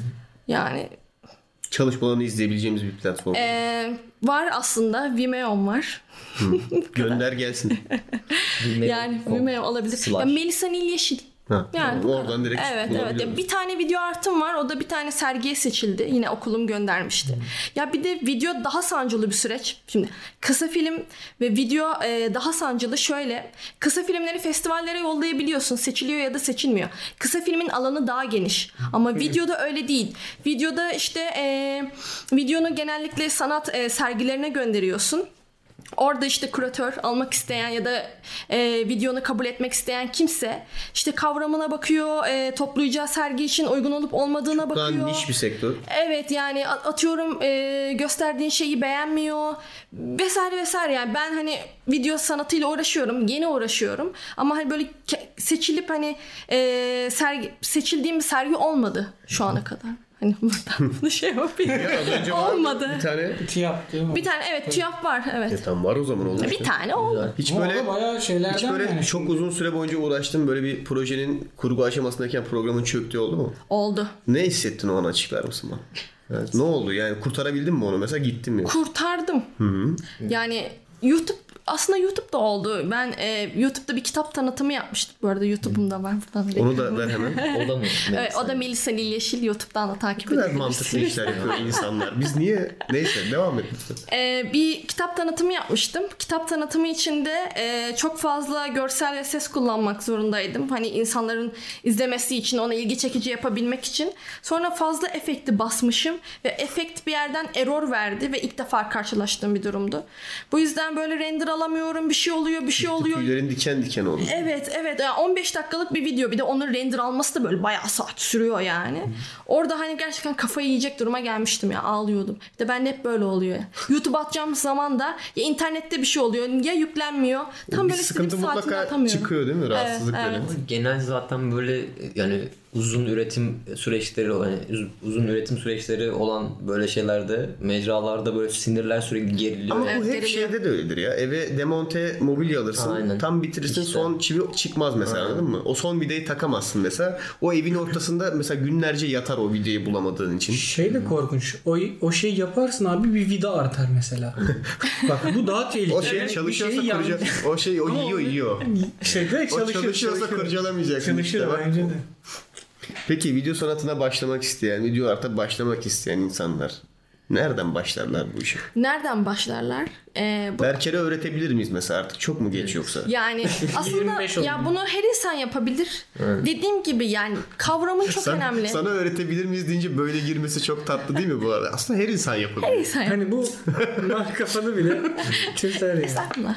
Yani Çalışmalarını izleyebileceğimiz bir platform. Var aslında. Vimeo'm var. Gönder gelsin. Yani Vimeo olabilir. Ya Melisa Nil Yeşil. Yani oradan direkt evet. Bir tane video artım var. O da bir tane sergiye seçildi. Yine okulum göndermişti. Ya bir de video daha sancılı bir süreç. Şimdi kısa film ve video daha sancılı şöyle. Kısa filmleri festivallere yollayabiliyorsun. Seçiliyor ya da seçilmiyor. Kısa filmin alanı daha geniş. Ama videoda öyle değil. Videoda işte videonu genellikle sanat sergilerine gönderiyorsun. Orada işte küratör almak isteyen ya da videonu kabul etmek isteyen kimse işte kavramına bakıyor, toplayacağı sergi için uygun olup olmadığına çok bakıyor. daha niş bir sektör. Evet, yani atıyorum gösterdiğin şeyi beğenmiyor vesaire vesaire. Yani ben hani video sanatıyla uğraşıyorum, yeni uğraşıyorum ama hani böyle seçilip hani seçildiğim bir sergi olmadı şu ana kadar. Hani buradan şey yapayım. Olmadı. Bir tane TÜYAP değil mi? Bir tane evet TÜYAP var evet. Tam var o zaman olmuş. Bir tane oldu. Hiç böyle bayağı şeylerden hiç böyle yani. çok uzun süre boyunca uğraştım, böyle bir projenin kurgu aşamasındayken programın çöktüğü oldu mu? Oldu. Ne hissettin, o an açıklar mısın bana? Evet. Ne oldu yani, kurtarabildin mi onu mesela, gittin mi? Kurtardım. Hı-hı. Yani aslında YouTube'da oldu. Ben YouTube'da bir kitap tanıtımı yapmıştım. Bu arada YouTube'um var. Onu da ver hemen. O da mı? Evet, o da Melisa Nil Yeşil. YouTube'dan da takip Ne kadar edebilirsiniz. mantıklı işler yapıyor insanlar. Biz niye? Neyse, devam et lütfen. Bir kitap tanıtımı yapmıştım. Kitap tanıtımı içinde çok fazla görsel ve ses kullanmak zorundaydım. Hani insanların izlemesi için, ona ilgi çekici yapabilmek için. Sonra fazla efekti basmışım ve efekt bir yerden error verdi ve ilk defa karşılaştığım bir durumdu. Bu yüzden böyle render alamıyorum. Bir şey oluyor. Tüylerin diken diken oldu. Evet. Yani 15 dakikalık bir video. Bir de onun render alması da böyle bayağı saat sürüyor yani. Orada hani gerçekten kafayı yiyecek duruma gelmiştim ya. Ağlıyordum. Bir de ben hep böyle oluyor. YouTube'a atacağım zaman da ya internette bir şey oluyor ya yüklenmiyor. Tam böyle sıkıntı mutlaka çıkıyor değil mi? Rahatsızlık böyle. Genel zaten böyle yani uzun üretim süreçleri olan böyle şeylerde, mecralarda böyle sinirler sürekli geriliyor. Ama bu hep şeyde de öyledir ya. Eve demonte mobilya alırsın. Aynen. Tam bitirirsin, İşte. son çivi çıkmaz mesela, anladın mı? O son vidayı takamazsın mesela. O evin ortasında mesela günlerce yatar o vidayı bulamadığın için. Şey de korkunç. O şeyi yaparsın abi, bir vida artar mesela. Bak bu daha tehlikeli. O şey çalışıyorsa yiyor. Şeyde O çalışıyorsa kurcalamayacaksın. Çalışır işte. bence de. Peki video sanatına başlamak isteyen, video arta başlamak isteyen insanlar nereden başlarlar bu işe? Nereden başlarlar? Berker'e öğretebilir miyiz mesela, artık çok mu geç yoksa? Yani aslında 25 ya oldu. bunu her insan yapabilir. Evet. Dediğim gibi yani kavramın çok önemli. Sana öğretebilir miyiz deyince böyle girmesi çok tatlı değil mi bu arada? Aslında her insan yapabilir. Her insan Hani bu nar kafanı bile çözer yani. Estağfurullah.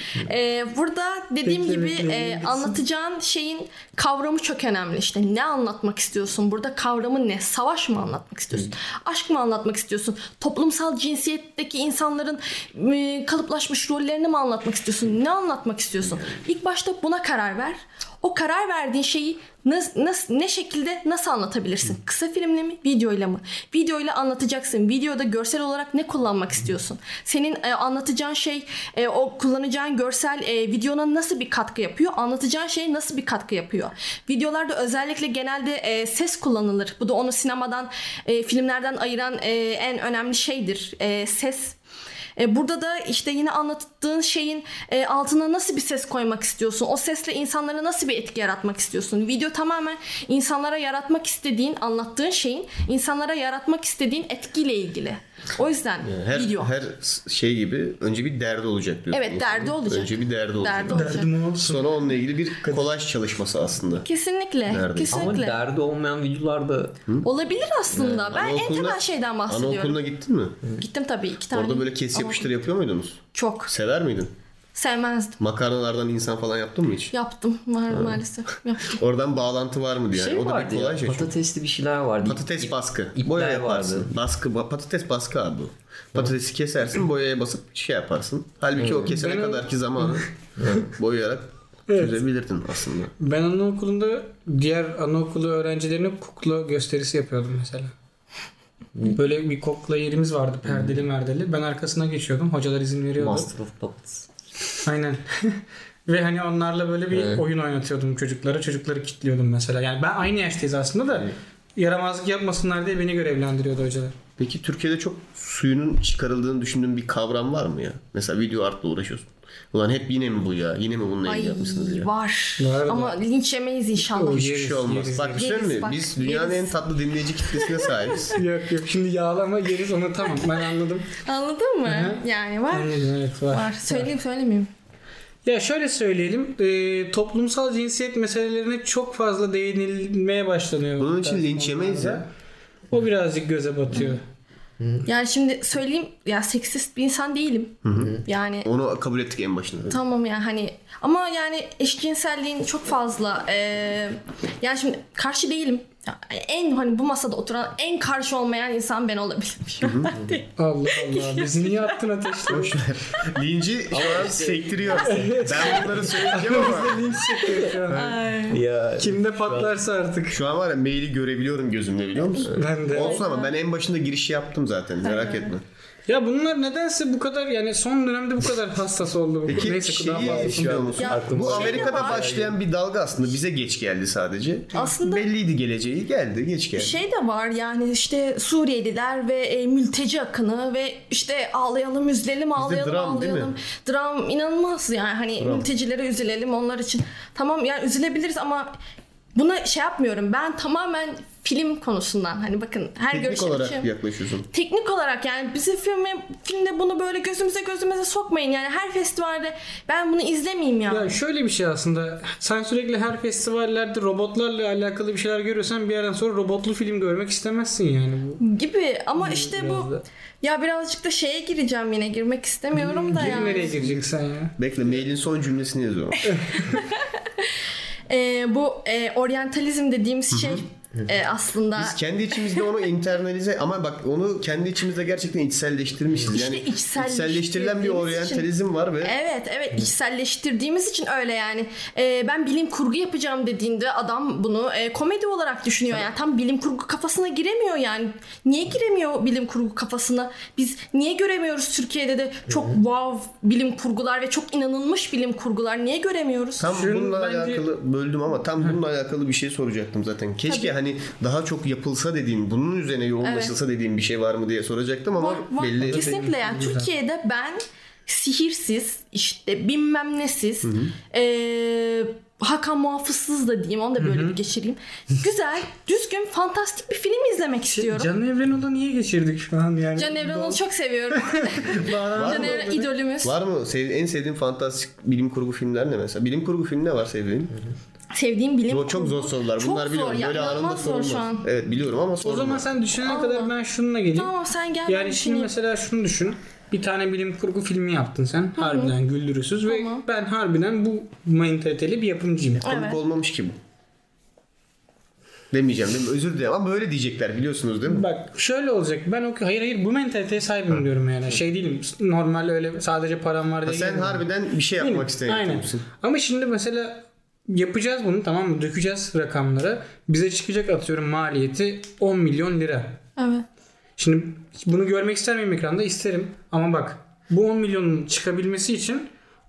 Burada dediğim Bekle, gibi bekle, anlatacağın şeyin kavramı çok önemli. İşte ne anlatmak istiyorsun? Burada kavramın ne? Savaş mı anlatmak istiyorsun? Aşk mı anlatmak istiyorsun? Toplumsal cinsiyetteki insanların kalıplaşmış rollerini mi anlatmak istiyorsun? Ne anlatmak istiyorsun? İlk başta buna karar ver. O karar verdiğin şeyi ne şekilde nasıl anlatabilirsin? Kısa filmle mi? Videoyla mı? Videoyla anlatacaksın. Videoda görsel olarak ne kullanmak istiyorsun? Senin anlatacağın şey, o kullanacağın görsel videona nasıl bir katkı yapıyor? Anlatacağın şey nasıl bir katkı yapıyor? Videolarda özellikle genelde ses kullanılır. Bu da onu sinemadan, filmlerden ayıran en önemli şeydir. Ses. Burada da işte yine anlattığın şeyin altına nasıl bir ses koymak istiyorsun? O sesle insanlara nasıl bir etki yaratmak istiyorsun? Video tamamen insanlara yaratmak istediğin, anlattığın şeyin insanlara yaratmak istediğin etkiyle ilgili. O yüzden video. Her şey gibi önce bir derdi olacak diyorsun. Evet, derdi olacak. Önce bir derdi olacak. Derdi olacak. Derdim olsun. Sonra onunla ilgili bir kolaj çalışması aslında. Kesinlikle. Neredeyse. Kesinlikle. Ama derdi olmayan videolarda Olabilir aslında. Ben en Anaokuluna- temel şeyden bahsediyorum. Anaokuluna gittin mi? Gittim tabii, 2 tane. Orada böyle kes yapıştır yapıyor muydunuz? Çok. Sever miydin? Sevmezdim. Makarnalardan insan falan yaptın mı hiç? Yaptım. Var maalesef. Yaptım. Oradan bağlantı var mı diye. şey o da vardı bir ya, kolaj ya. patatesli bir şeyler vardı. Patates baskı. ipler Boya yaparsın. vardı. Baskı, patates baskı abi bu. Patatesi kesersin, boyaya basıp şey yaparsın. Halbuki o kesene Ben o- kadarki zamanı boyayarak çözebilirdin aslında. Ben anaokulunda diğer anaokulu öğrencilerine kukla gösterisi yapıyordum mesela. Böyle bir kukla yerimiz vardı, perdeli merdeli. Ben arkasına geçiyordum. Hocalar izin veriyordu. Master of Puppets. Aynen. Ve hani onlarla böyle bir oyun oynatıyordum çocuklara. Çocukları kilitliyordum mesela. Yani ben aynı yaştayız aslında da yaramazlık yapmasınlar diye beni görevlendiriyordu hocalar. Peki Türkiye'de çok suyunun çıkarıldığını düşündüğün bir kavram var mı ya? Mesela video artla uğraşıyorsun. Ulan hep yine mi bu ya? Yine mi bununla ilgili yapmışsınız ya? Var. Vardı. Ama linç yemeyiz inşallah. Hiçbir Yeriz, şey olmaz. yeriz, Bak bir şey yeriz. söyleyeyim mi? Bak, Biz dünyanın yeriz. en tatlı dinleyici kitlesine sahibiz. Yok şimdi yağlama yeriz onu, tamam ben anladım. Anladın mı? Hı. Yani var. Anladım, evet var. Var. Söyleyeyim söylemeyeyim. Ya şöyle söyleyelim, toplumsal cinsiyet meselelerine çok fazla değinilmeye başlanıyor. Bunun için linç yemeyiz ya. O birazcık göze batıyor. Yani şimdi söyleyeyim ya, seksist bir insan değilim. Yani Onu kabul ettik en başında. tamam yani hani ama yani eşcinselliğin çok fazla yani şimdi karşı değilim. Yani en hani bu masada oturan en karşı olmayan insan ben olabilirim şu an. Allah Allah. Bizi niye attın ateşle? Linci şu an sektiriyor. Ben bunları söyleyeceğim ama Linç çekiyor şu an. ya Kimde patlarsa artık. şu an var ya, maili görebiliyorum gözümle, biliyor musun? Ben de. Olsun ama ben en başında girişi yaptım zaten, merak etme. Ya bunlar nedense bu kadar, yani son dönemde bu kadar hassas oldu. Peki Neyse daha şeyi fazla düşünüyor musun? Ya, Bu şey de Amerika'da var. başlayan bir dalga aslında, bize geç geldi sadece. Aslında- belliydi geleceği, geldi, geç geldi. Şey de var yani işte Suriyeliler ve mülteci akını ve işte ağlayalım üzülelim, ağlayalım dram, değil mi? ağlayalım. Dram inanılmaz yani hani mültecilere üzülelim onlar için. Tamam yani üzülebiliriz ama buna şey yapmıyorum. Ben tamamen film konusundan, hani bakın her Teknik görüşüm olarak için. yaklaşıyorsun. Teknik olarak yani bizi filmde bunu böyle gözümüze sokmayın. Yani her festivalde ben bunu izlemeyeyim ya. Ya şöyle bir şey aslında. Sen sürekli her festivallerde robotlarla alakalı bir şeyler görüyorsan bir yerden sonra robotlu film görmek istemezsin yani. Bu. Gibi ama işte biraz bu da. ya birazcık da şeye gireceğim, yine girmek istemiyorum da Geri yani. nereye gireceksin ya? Bekle, mailin son cümlesini yazıyorum. Bu oryantalizm dediğimiz şey aslında. Biz kendi içimizde onu internalize ama bak onu kendi içimizde gerçekten içselleştirmişiz. İşte Yani içselleştirilen bir oryantalizm için, var ve evet içselleştirdiğimiz için öyle yani. Ben bilim kurgu yapacağım dediğinde adam bunu komedi olarak düşünüyor. Yani tam bilim kurgu kafasına giremiyor yani. Niye giremiyor bilim kurgu kafasına? Biz niye göremiyoruz Türkiye'de de çok wow bilim kurgular ve çok inanılmış bilim kurgular niye göremiyoruz? Tam bununla alakalı böldüm ama tam bununla alakalı bir şey soracaktım zaten. Keşke hani daha çok yapılsa dediğim, bunun üzerine yoğunlaşılsa dediğim bir şey var mı diye soracaktım ama belli. Kesinlikle yani Türkiye'de ben sihirsiz işte bilmem nesiz Hakan Muhafızsız da diyeyim, onu da böyle bir geçireyim. Güzel, düzgün, fantastik bir film izlemek istiyorum. Can Evrenol'u niye geçirdik şu an yani? Can Evrenol'u çok seviyorum. Can Evren idolümüz. Var mı? En sevdiğin fantastik bilim kurgu filmler ne mesela? Bilim kurgu film ne var sevdiğin? Sevdiğim bilim kurgu. Çok zor sorular. Çok Bunlar biliyorum. zor. Böyle anında sorulmaz. Evet biliyorum ama sorulmaz. O zaman sen düşünene kadar ben şununla geleyim. Tamam sen gel. Yani şimdi mesela şunu düşün. Bir tane bilim kurgu filmi yaptın sen. Harbiden güldürüsüz ve ben harbiden bu mantaliteli bir yapımcıyım. Komik olmamış ki bu. Demeyeceğim değil mi? Özür dilerim ama böyle diyecekler biliyorsunuz değil mi? Bak şöyle olacak. Ben hayır bu mentaliteye sahibim diyorum yani. Şey değilim. Normal öyle sadece param var diye. Sen harbiden bir şey yapmak isteyen misin? Ama şimdi mesela yapacağız bunu, tamam mı? Dökeceğiz rakamları. Bize çıkacak atıyorum maliyeti 10 milyon lira. Evet. Şimdi bunu görmek ister miyim ekranda? İsterim. Ama bak bu 10 milyonun çıkabilmesi için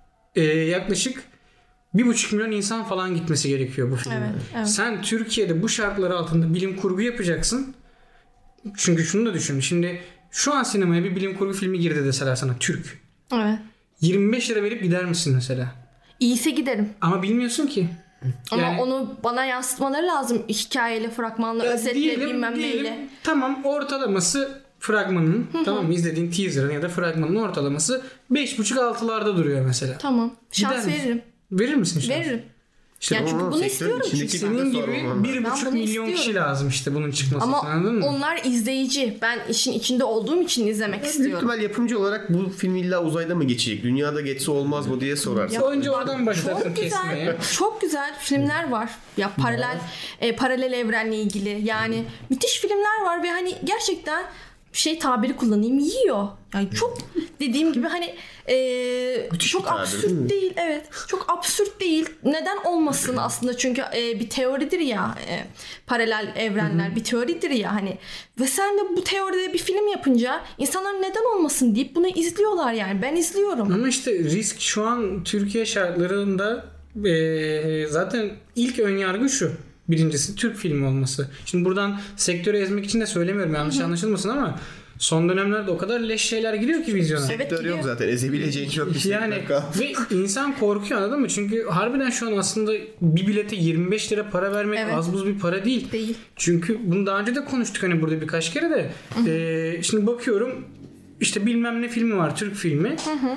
yaklaşık 1,5 milyon insan falan gitmesi gerekiyor bu filme. Evet. Sen Türkiye'de bu şartlar altında bilim kurgu yapacaksın. Çünkü şunu da düşün. Şimdi şu an sinemaya bir bilim kurgu filmi girdi deseler sana Türk. Evet. 25 lira verip gider misin mesela? İyiyse giderim. Ama bilmiyorsun ki. Ama onu bana yansıtmaları lazım. Hikayeyle, fragmanla, özetle bilmem neyle. Tamam, ortalaması fragmanın, tamam mı? İzlediğin teaser'ın ya da fragmanın ortalaması 5,5-6'larda duruyor mesela. Tamam. Şans Gider veririm. Verir misin şans? Veririm. İşte yani çünkü bunu istiyorum. Senin gibi 1,5 milyon kişi lazım işte bunun çıkması. Ama anladın mı? onlar izleyici. Ben işin içinde olduğum için izlemek istiyorum. Büyük ihtimal yapımcı olarak bu film illa uzayda mı geçecek? Dünyada geçse olmaz mı diye sorarsın. Önce oradan başlarsın kesmeye. Çok güzel filmler var. Ya paralel evrenle ilgili. Yani müthiş filmler var ve hani gerçekten tabiri kullanayım, yiyor. Yani çok dediğim gibi hani çok absürt değil. Evet. Çok absürt değil. Neden olmasın aslında? Çünkü bir teoridir ya. Paralel evrenler bir teoridir ya hani. Ve sen de bu teoride bir film yapınca insanlar neden olmasın deyip bunu izliyorlar yani. Ben izliyorum. Ama işte risk şu an Türkiye şartlarında zaten ilk önyargı şu. Birincisi Türk filmi olması. Şimdi buradan sektörü ezmek için de söylemiyorum, yanlış anlaşılmasın ama son dönemlerde o kadar leş şeyler giriyor ki vizyona. Sektör yok zaten. Ezebileceğin çok bir şey. Yani ve insan korkuyor, anladın mı? Çünkü harbiden şu an aslında bir bilete 25 lira para vermek az buz bir para değil. Çünkü bunu daha önce de konuştuk hani burada birkaç kere de. Şimdi bakıyorum işte bilmem ne filmi var, Türk filmi.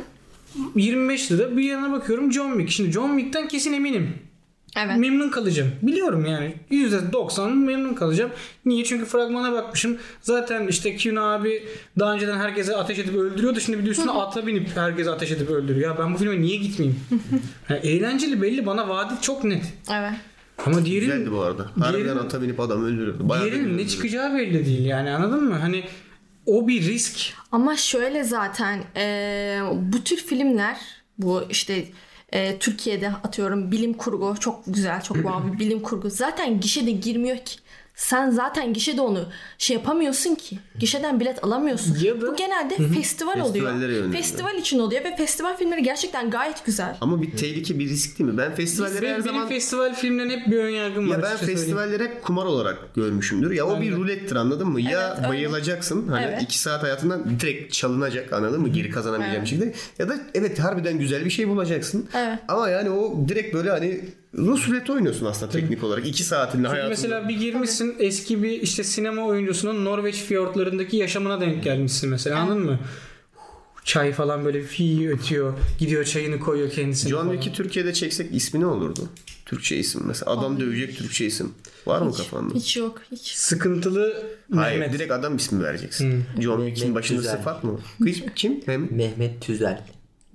25 lira. Bir yana bakıyorum John Wick. Şimdi John Wick'ten kesin eminim. Evet. Memnun kalacağım. Biliyorum yani. %90 memnun kalacağım. Niye? Çünkü fragmana bakmışım. Zaten işte Keanu abi daha önceden herkese ateş edip öldürüyordu. Şimdi bir de üstüne ata binip herkese ateş edip öldürüyor. Ya ben bu filme niye gitmeyeyim? Yani eğlenceli, belli, bana vaadi çok net. Evet. Ama diğerin... Güzeldi bu arada. Harbiden ata binip adam öldürüyordu. Diğerinin ne çıkacağı belli değil yani, anladın mı? Hani o bir risk. Ama şöyle zaten bu tür filmler, bu işte Türkiye'de atıyorum bilim kurgu çok güzel, çok wow bir bilim kurgu zaten gişede girmiyor ki. Sen zaten gişede onu yapamıyorsun ki. Gişeden bilet alamıyorsun. Bu genelde festival oluyor. Festival için oluyor ve festival filmleri gerçekten gayet güzel. Ama bir tehlike, bir risk değil mi? Ben festivallere her zaman... Benim festival filmlerine hep bir önyargım var. Ya ben festivalleri hep kumar olarak görmüşümdür. Ya o bir rulettir, anladın mı? Ya bayılacaksın. Hani 2 saat hayatından direkt çalınacak, anladın mı? Geri kazanamayacağın bir şekilde. Ya da harbiden güzel bir şey bulacaksın. Ama yani o direkt böyle hani Rus ruleti oynuyorsun aslında teknik olarak. 2 saatinde hayatında. Mesela bir girmişsin eski bir işte sinema oyuncusunun Norveç fiyortlarındaki yaşamına denk gelmişsin mesela, anladın mı? Çay falan böyle fi ötüyor. Gidiyor çayını koyuyor kendisine. John Wick'i Türkiye'de çeksek ismi ne olurdu? Türkçe isim mesela. Adam dövecek Türkçe isim. Var mı kafanda? Hiç yok. Hiç. Sıkıntılı Hayır, Mehmet. direkt adam ismi vereceksin. John Wick'in başında sıfat mı? Kim? Mehmet Tüzel.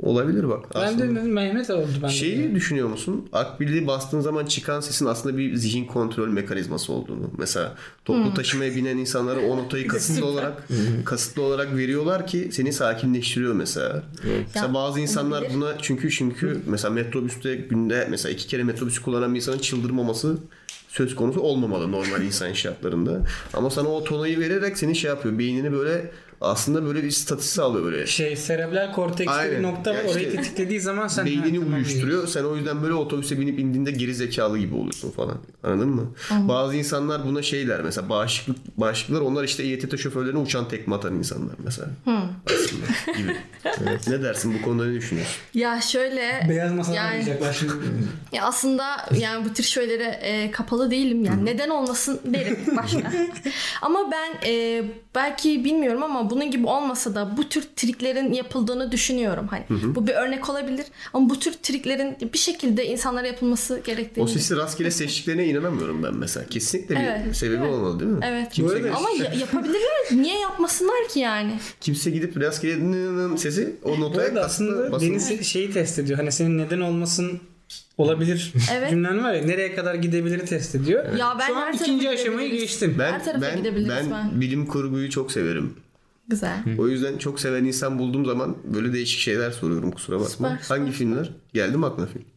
Olabilir bak. Ben de Mehmet oldu. Şeyi düşünüyor musun? Akbil'i bastığın zaman çıkan sesin aslında bir zihin kontrol mekanizması olduğunu. Mesela toplu taşımaya binen insanlara o notayı kasıtlı olarak veriyorlar ki seni sakinleştiriyor mesela. Mesela bazı insanlar buna çünkü mesela metrobüste günde mesela 2 kere metrobüsü kullanan bir insanın çıldırmaması söz konusu olmamalı normal insan şartlarında. Ama sana o tonayı vererek seni şey yapıyor. Beynini böyle aslında böyle bir statüsü sağlıyor böyle. Serebral kortekste bir nokta var. Yani orayı tetiklediği zaman sen beynini uyuşturuyor. Sen o yüzden böyle otobüse binip indiğinde geri zekalı gibi oluyorsun falan. Anladın mı? Bazı insanlar buna şeyler mesela bağışıklıklar onlar işte İETT şoförlerine uçan tekme atan insanlar mesela. Aslında gibi. Evet. Ne dersin bu konuda ne düşünüyorsun? Ya şöyle beyaz masadan arayacaklar şimdi. Ya aslında yani bu tür şeylere kapalı değilim yani. Neden olmasın derim başta. Ama ben belki bilmiyorum ama bunun gibi olmasa da bu tür triklerin yapıldığını düşünüyorum. Hani bu bir örnek olabilir ama bu tür triklerin bir şekilde insanlara yapılması gerektiğini. O sesi rastgele seçtiklerine inanamıyorum ben mesela. Kesinlikle bir sebebi olmalı değil mi? Evet. Ama yapabilirler. Niye yapmasınlar ki yani? Kimse gidip rastgele sesi o notaya aslında beni şeyi test ediyor. Hani senin neden olmasın olabilir cümlen var ya, nereye kadar gidebilir test ediyor. Ya ben şu an ikinci aşamayı geçtim. Ben bilim kurguyu çok severim. Güzel. O yüzden çok seven insan bulduğum zaman böyle değişik şeyler soruyorum, kusura bakma. Hangi filmler? Geldi mi aklına film?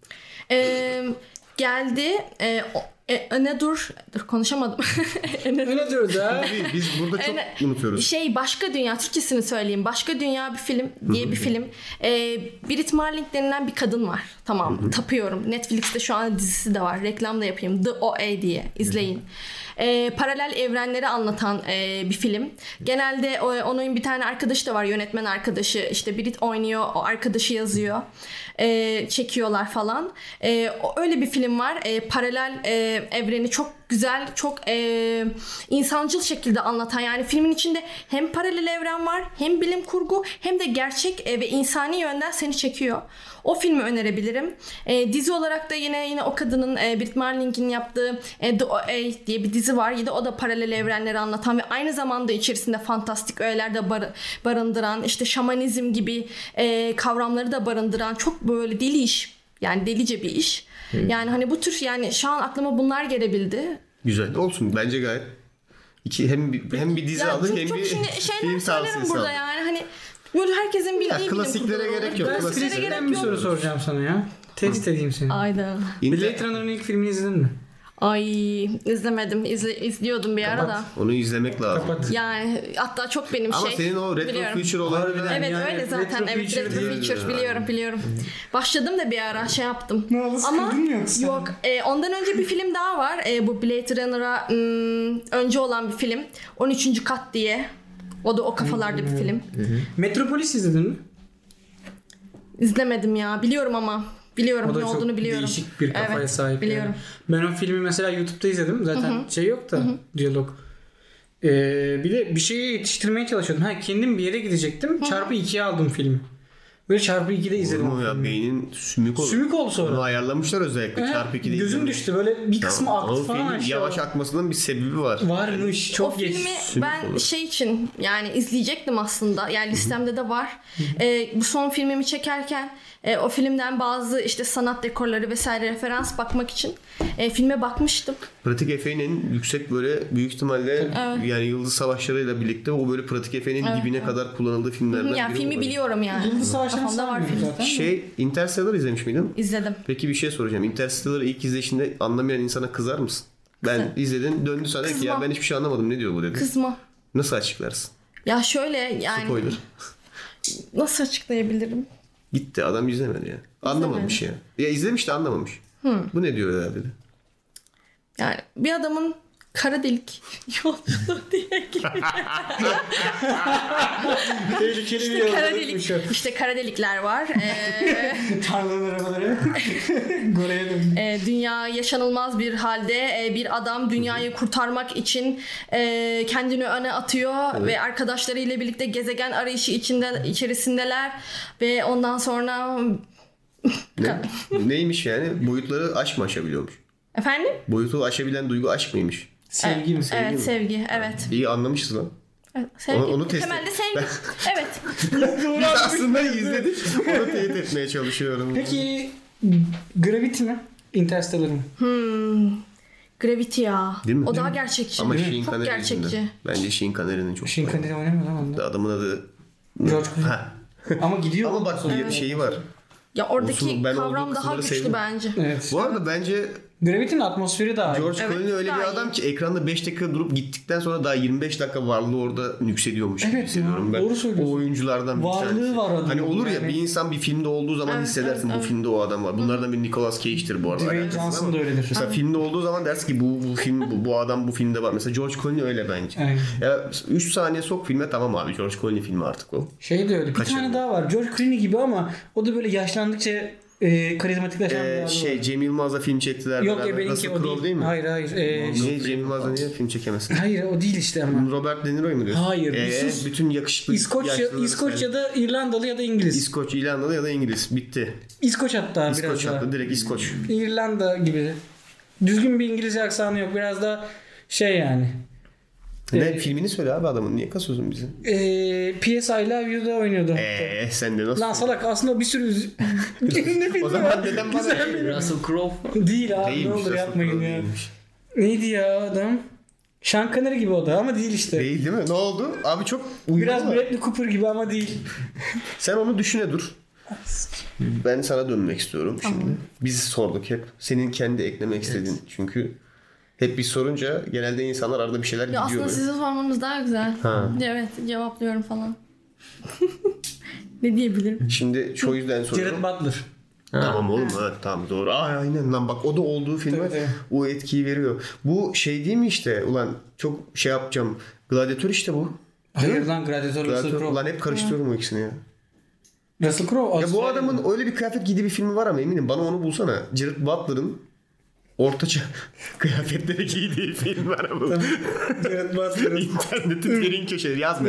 Geldi. Dur konuşamadım. Dur da. Biz burada çok unutuyoruz. Başka Dünya, Türkçesini söyleyeyim. Başka Dünya bir film diye bir film. Brit Marling denilen bir kadın var. Tamam, tapıyorum. Netflix'te şu an dizisi de var. Reklam da yapayım. The OA diye izleyin. Paralel evrenleri anlatan bir film. Genelde onun bir tane arkadaşı da var, yönetmen arkadaşı. İşte Brit oynuyor, o arkadaşı yazıyor. Çekiyorlar falan. Öyle bir film var. Paralel evreni çok güzel, çok insancıl şekilde anlatan. Yani filmin içinde hem paralel evren var, hem bilim kurgu, hem de gerçek ve insani yönden seni çekiyor. O filmi önerebilirim. Dizi olarak da yine o kadının Brit Marling'in yaptığı The OA diye bir dizi var. Yine o da paralel evrenleri anlatan ve aynı zamanda içerisinde fantastik öğeler de barındıran, işte şamanizm gibi kavramları da barındıran çok böyle deli iş. Yani delice bir iş. Yani hani bu tür, yani şu an aklıma bunlar gelebildi. Güzel olsun bence gayet. Hem bir dizi aldık hem bir film tavsiyesi burada aldık. Yani hani böyle herkesin bildiği klasiklere gerek yok. Ben bir soru soracağım sana ya. Test edeyim seni. Ayda. Blade Runner'ın ilk filmini izledin mi? Ay izlemedim. İzliyordum bir ara da. Onu izlemek lazım. Yani hatta çok benim Ama senin o Retro Future olayı evet yani öyle zaten. Retro Future biliyorum. Başladım da bir ara yaptım. Ama yok. Ondan önce bir film daha var. Bu Blade Runner'a önce olan bir film. 13. Kat diye. O da o kafalarda bir film. Metropolis izledin mi? İzlemedim ya. Biliyorum ama. Biliyorum ne olduğunu biliyorum. Değişik bir kafaya sahip. Biliyorum. Yani. Ben o filmi mesela YouTube'da izledim. Zaten yok da diyalog. Bir de bir şeyi yetiştirmeye çalışıyordum. Kendim bir yere gidecektim. Çarpı 2'ye aldım filmi. Böyle çarpı 2'de izledim. Olur ya, beynin sümük olur. Sümük oldu sonra. Onu ayarlamışlar özellikle çarpı 2'de. Gözüm düştü böyle bir kısmı aktı falan aşağı. Yavaş akmasının bir sebebi var. Varmış çok geç. O filmi ben olur. için yani izleyecektim aslında. Yani listemde de var. Bu son filmimi çekerken o filmden bazı işte sanat dekorları vesaire referans bakmak için filme bakmıştım. Pratik efe'nin yüksek böyle büyük ihtimalle yani Yıldız Savaşları'yla birlikte o böyle pratik efe'nin dibine kadar kullanıldığı filmlerden biri. Filmi biliyorum yani. Yıldız Savaşları'nda var film. Zaten. Interstellar izlemiş miydin? İzledim. Peki bir şey soracağım. Interstellar'ı ilk izleyişinde anlamayan insana kızar mısın? Ben izledin, döndü sana ki ya ben hiçbir şey anlamadım, ne diyor bu dedi. Kızma. Nasıl açıklarsın? Ya şöyle yani. Spoiler. Nasıl açıklayabilirim? Gitti adam izlemedi ya. Anlamamış ya. Ya izlemiş de anlamamış. Bu ne diyor ya dedi. Yani bir adamın kara delik yolculuğu diye tehlikeli bir yolculuk. İşte kara delikler var. Tarlanın arabaları. Gore'ye döndü. Dünya yaşanılmaz bir halde. Bir adam dünyayı kurtarmak için kendini öne atıyor ve arkadaşlarıyla birlikte gezegen arayışı içerisindeler ve ondan sonra neymiş yani? Boyutları aşk mı aşabiliyormuş? Efendim? Boyutu aşabilen duygu aşk mıymış? Sevgi mi? Evet, sevgi. Evet. İyi anlamışız lan. Evet, onu test temelde sevgi. Evet. Biz aslında izledik. Onu teyit etmeye çalışıyorum. Peki Gravity mi? Interstellar mı? Gravity ya. Değil mi? O daha gerçekçi. Ama çok gerçekçi. Bence Sean Connery'nin çok. Sean Connery oynamıyor lan onda. Adamın adı George Clooney. Ama gidiyor. Ama bak bir şeyi var. Ya oradaki Olsun, ben kavram olduğu daha kısımları güçlü sevdim. bence. Evet. Bu arada bence Gravity'nin atmosferi daha iyi. George Clooney öyle daha bir iyi. adam ki ekranda 5 dakika durup gittikten sonra daha 25 dakika varlığı orada nüksediyormuş gibi Evet hissediyorum ya, ben. doğru söylüyorsun. O oyunculardan bir Varlığı tanesi. var adamın Hani olur ya yani. bir insan bir filmde olduğu zaman hissedersin bu filmde o adam var. Bunlardan biri Nicolas Cage'tir bu arada. Dwayne alakasız Johnson ama da öyledir. Mesela filmde olduğu zaman dersin ki bu film bu adam bu filmde var. Mesela George Clooney öyle bence. Aynen. Ya 3 saniye sok filme tamam abi George Clooney filmi artık o. Şey de öyle. Bir Kaçırdım. tane daha var. George Clooney gibi ama o da böyle yaşlandıkça karizmatikleşen bir adam var. Cem Yılmaz'la film çektiler. Yok beraber. benimki Russell o Crowe değil. değil mi? Hayır. Niye Cem Yılmaz'la niye film çekemezsin? Hayır o değil işte ama. Robert De Niro'yu mu diyorsun? Hayır, sus. Bütün yakışıklı İskoçya'da İrlandalı ya da İngiliz. İskoç, İrlandalı ya da İngiliz. Bitti. İskoç hatta biraz İskoç daha. hatta direkt İskoç. İrlanda gibi. Düzgün bir İngilizce aksanı yok. Biraz da şey yani. Ne filmini söyle abi adamın. Niye kasıyorsun bizi? P.S. I Love You'da oynuyordu. Sen de nasıl? Lan salak aslında bir sürü ne filmi O zaman var? neden bana? Russell Crowe. Değil abi Değilmiş, ne olur Russell yapmayın Crowe ya. değilmiş. Neydi ya adam? Sean Connery gibi o da ama değil işte. Değil mi? Ne oldu? Abi çok uyuyor Biraz ama. Bradley Cooper gibi ama değil. Sen onu düşüne dur. Ben sana dönmek istiyorum şimdi. Biz sorduk hep. Senin kendi eklemek istediğin. Çünkü hep biz sorunca genelde insanlar arada bir şeyler Ya gidiyor. aslında size sormanız daha güzel. Ha. Evet cevaplıyorum falan. Ne diyebilirim? Şimdi şu yüzden soruyorum. Jared Butler. Tamam oğlum evet tamam doğru. Aynen lan bak o da olduğu filme Tabii. o etkiyi veriyor. Bu şey değil mi işte ulan çok şey yapacağım. Gladiator işte bu. Hayır lan Gladiator Russell Gladiator, Crowe. ulan hep karıştırıyorum o ikisini ya. Russell Crowe. Ya bu adamın öyle bir kıyafet giydiği bir filmi var ama eminim bana onu bulsana. Jared Butler'ın ortaça kıyafetleri giydiği film var ama. Jared Butler'ın. İnternetin derin köşeleri yazma.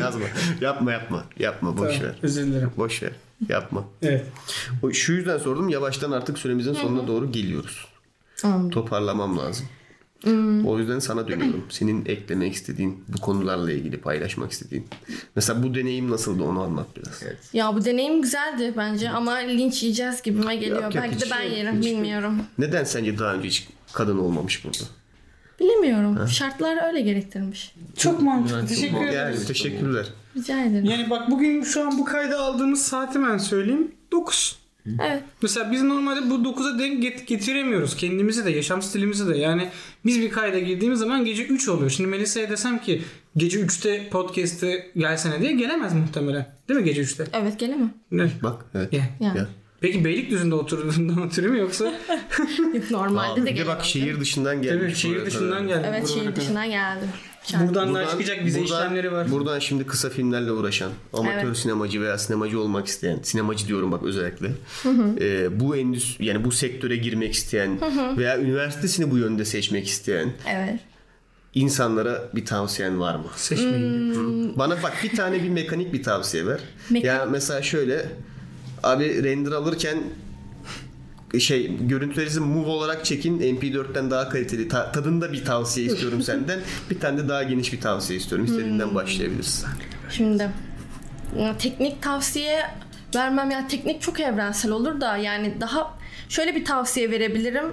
Yapma boş ver. Özür dilerim. Boş ver. Yapma. Evet. Şu yüzden sordum. Yavaştan artık süremizin sonuna doğru geliyoruz. Toparlamam lazım. O yüzden sana dönüyorum. Senin eklemek istediğin, bu konularla ilgili paylaşmak istediğin. Mesela bu deneyim nasıldı onu anlat biraz. Evet. Ya bu deneyim güzeldi bence ama linç yiyeceğiz gibime geliyor. Yok, Belki de hiç ben yok, yerim hiç bilmiyorum. Neden sence daha önce hiç kadın olmamış burada? Bilemiyorum. Şartlar öyle gerektirmiş. Çok mantıklı. Yani Teşekkür ederim. Yani teşekkürler. Rica ederim. Yani bak bugün şu an bu kayda aldığımız saati ben söyleyeyim. 9. Evet. Mesela biz normalde bu 9'a denk getiremiyoruz. Kendimizi de, yaşam stilimizi de. Yani biz bir kayda girdiğimiz zaman gece 3 oluyor. Şimdi Melisa'ya desem ki gece 3'te podcast'e gelsene diye gelemez muhtemelen. Değil mi gece 3'te? Evet gelemem. Ne? Bak evet. Gel. Yani. Ya. Peki Beylikdüzü'nde oturduğundan oturuyor mu yoksa? Yok, normalde Abi, de bir de gelemem. bak şehir dışından gelmiş. Evet şehir buraya dışından kadar. geldi. Evet buralara şehir kadar. dışına geldim. Buradan daha çıkacak bize işlemleri var. Buradan şimdi kısa filmlerle uğraşan, amatör Evet. sinemacı veya sinemacı olmak isteyen, sinemacı diyorum bak özellikle. Bu endüstri yani bu sektöre girmek isteyen veya üniversitesini bu yönde seçmek isteyen Evet. insanlara bir tavsiyen var mı? Seçmeyin. Bana bak bir tane bir mekanik bir tavsiye ver. Mekanik. Ya mesela şöyle abi render alırken görüntülerinizi move olarak çekin. MP4'ten daha kaliteli. Tadında bir tavsiye istiyorum senden. Bir tane de daha geniş bir tavsiye istiyorum. İstediğinden başlayabilirsin. Şimdi teknik tavsiye vermem yani teknik çok evrensel olur da yani daha şöyle bir tavsiye verebilirim.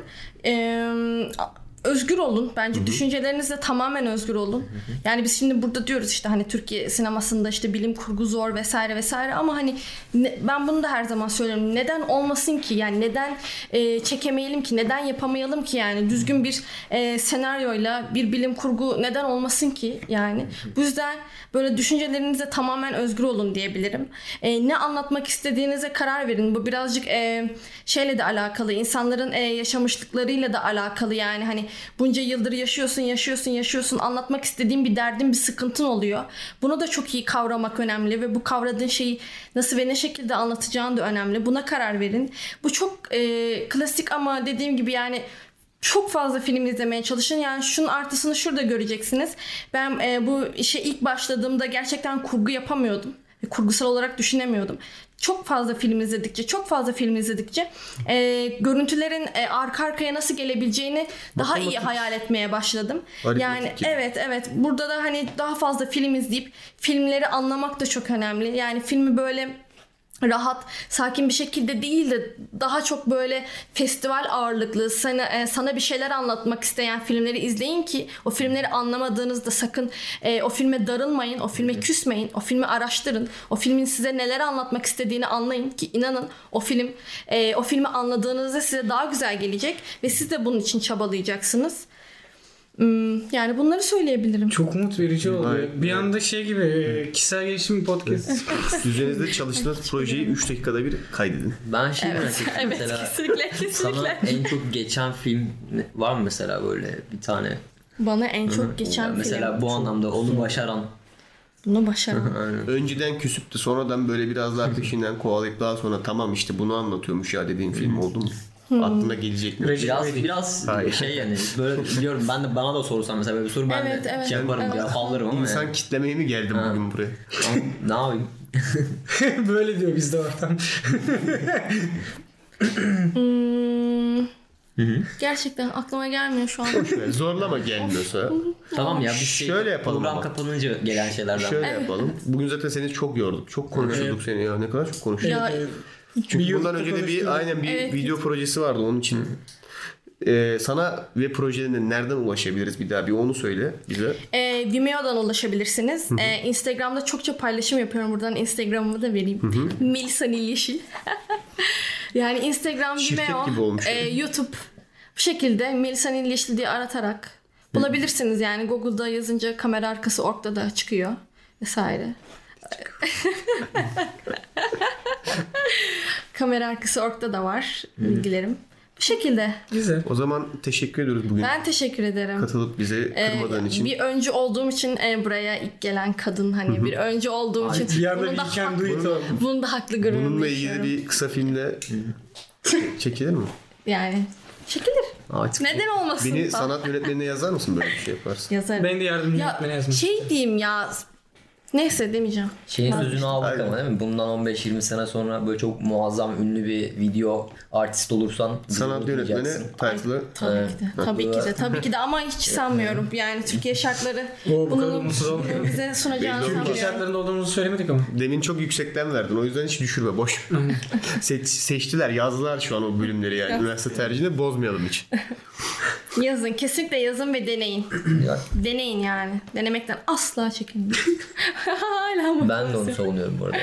Özgür olun. Bence düşüncelerinizle tamamen özgür olun. Yani biz şimdi burada diyoruz işte hani Türkiye sinemasında işte bilim kurgu zor vesaire vesaire ama hani ben bunu da her zaman söylüyorum. Neden olmasın ki? Yani neden çekemeyelim ki? Neden yapamayalım ki yani? Düzgün bir senaryoyla bir bilim kurgu neden olmasın ki? Yani bu yüzden böyle düşüncelerinize tamamen özgür olun diyebilirim. Ne anlatmak istediğinize karar verin. Bu birazcık şeyle de alakalı. İnsanların yaşamışlıklarıyla da alakalı. Yani hani bunca yıldır yaşıyorsun. Anlatmak istediğin bir derdin, bir sıkıntın oluyor. Bunu da çok iyi kavramak önemli ve bu kavradığın şeyi nasıl ve ne şekilde anlatacağın da önemli. Buna karar verin. Bu çok klasik ama dediğim gibi yani çok fazla film izlemeye çalışın. Yani şunun artısını şurada göreceksiniz. Ben bu işe ilk başladığımda gerçekten kurgu yapamıyordum. Kurgusal olarak düşünemiyordum. çok fazla film izledikçe görüntülerin arka arkaya nasıl gelebileceğini daha iyi hayal etmeye başladım. Yani evet burada da hani daha fazla film izleyip filmleri anlamak da çok önemli. Yani filmi böyle rahat, sakin bir şekilde değil de daha çok böyle festival ağırlıklı sana bir şeyler anlatmak isteyen filmleri izleyin ki o filmleri anlamadığınızda sakın o filme darılmayın, o filme küsmeyin, o filmi araştırın. O filmin size neler anlatmak istediğini anlayın ki inanın o filmi anladığınızda size daha güzel gelecek ve siz de bunun için çabalayacaksınız. Yani bunları söyleyebilirim. Çok umut verici oluyor. Bir anda şey gibi kişisel gelişim podcast. Üzerinizde çalıştığınız projeyi 3 dakikada bir kaydedin. Ben merak ettim mesela. Kesinlikle. Sana en çok geçen film var mı mesela böyle bir tane? Bana en çok geçen film. Mesela bu anlamda onu başaran. Bunu başaran. Önceden küsüp de sonradan böyle biraz daha peşinden kovalayıp daha sonra tamam işte bunu anlatıyormuş ya dediğin film oldu mu? Aklına gelecek mi? Biraz şey yani böyle biliyorum bana da sorsan mesela böyle bir soru ben de şey yaparım cevap alırım ama İnsan yani. Kitlemeye mi geldim bugün buraya? Ne yapayım? Böyle diyor bizde ortam. Gerçekten aklıma gelmiyor şu an. Zorlama gelmiyorsa. Tamam ya bir şey şöyle yapalım. Program kapanınca gelen şeylerden. Şöyle yapalım. Bugün zaten seni çok yorduk. Çok konuşuyorduk seni ya. Ne kadar çok konuşuyorduk. Çünkü bundan önce de bir video projesi vardı onun için. Sana ve projelerine nereden ulaşabiliriz bir daha bir onu söyle bize. Vimeo'dan ulaşabilirsiniz. Instagram'da çokça paylaşım yapıyorum. Buradan Instagram'ımı da vereyim. Melisa Nil Yeşil. Yani Instagram, Vimeo, YouTube bu şekilde Melisa Nil Yeşil diye aratarak bulabilirsiniz. Yani Google'da yazınca kamera arkası org'da da çıkıyor vesaire. Kamera arkası org'da da var bilgilerim. Bu şekilde. Güzel. O zaman teşekkür ediyoruz bugün. Ben teşekkür ederim. Katılıp bize kırmadığın için. Bir öncü olduğum için buraya ilk gelen kadın hani bir öncü olduğum için bunu da haklı görüyorum. Bununla ilgili bir kısa filmle çekilir mi? Yani çekilir. Neden olmasın? Beni sanat yönetmenine yazar mısın böyle bir şey yaparsın? Yazarım. Ben de yardımcı yönetmene yazmışım. Şey diyeyim ya. Neyse demeyeceğim. Şeyin sözünü aldık ama değil mi? Bundan 15-20 sene sonra böyle çok muazzam ünlü bir video artist olursan sanat yönetmeni title'ı. Tabii ki de ama hiç sanmıyorum. Yani Türkiye şartları bunu bize sunacağını sanmıyorum. Türkiye şartlarında olduğumuzu söylemedik ama. Demin çok yüksekten verdin. O yüzden hiç düşürme. Boş. Seçtiler. Yazdılar şu an o bölümleri yani. Üniversite tercihini bozmayalım hiç. Yazın. Kesinlikle yazın ve deneyin. Deneyin yani. Denemekten asla çekinmeyin. Ben de onu savunuyorum bu arada.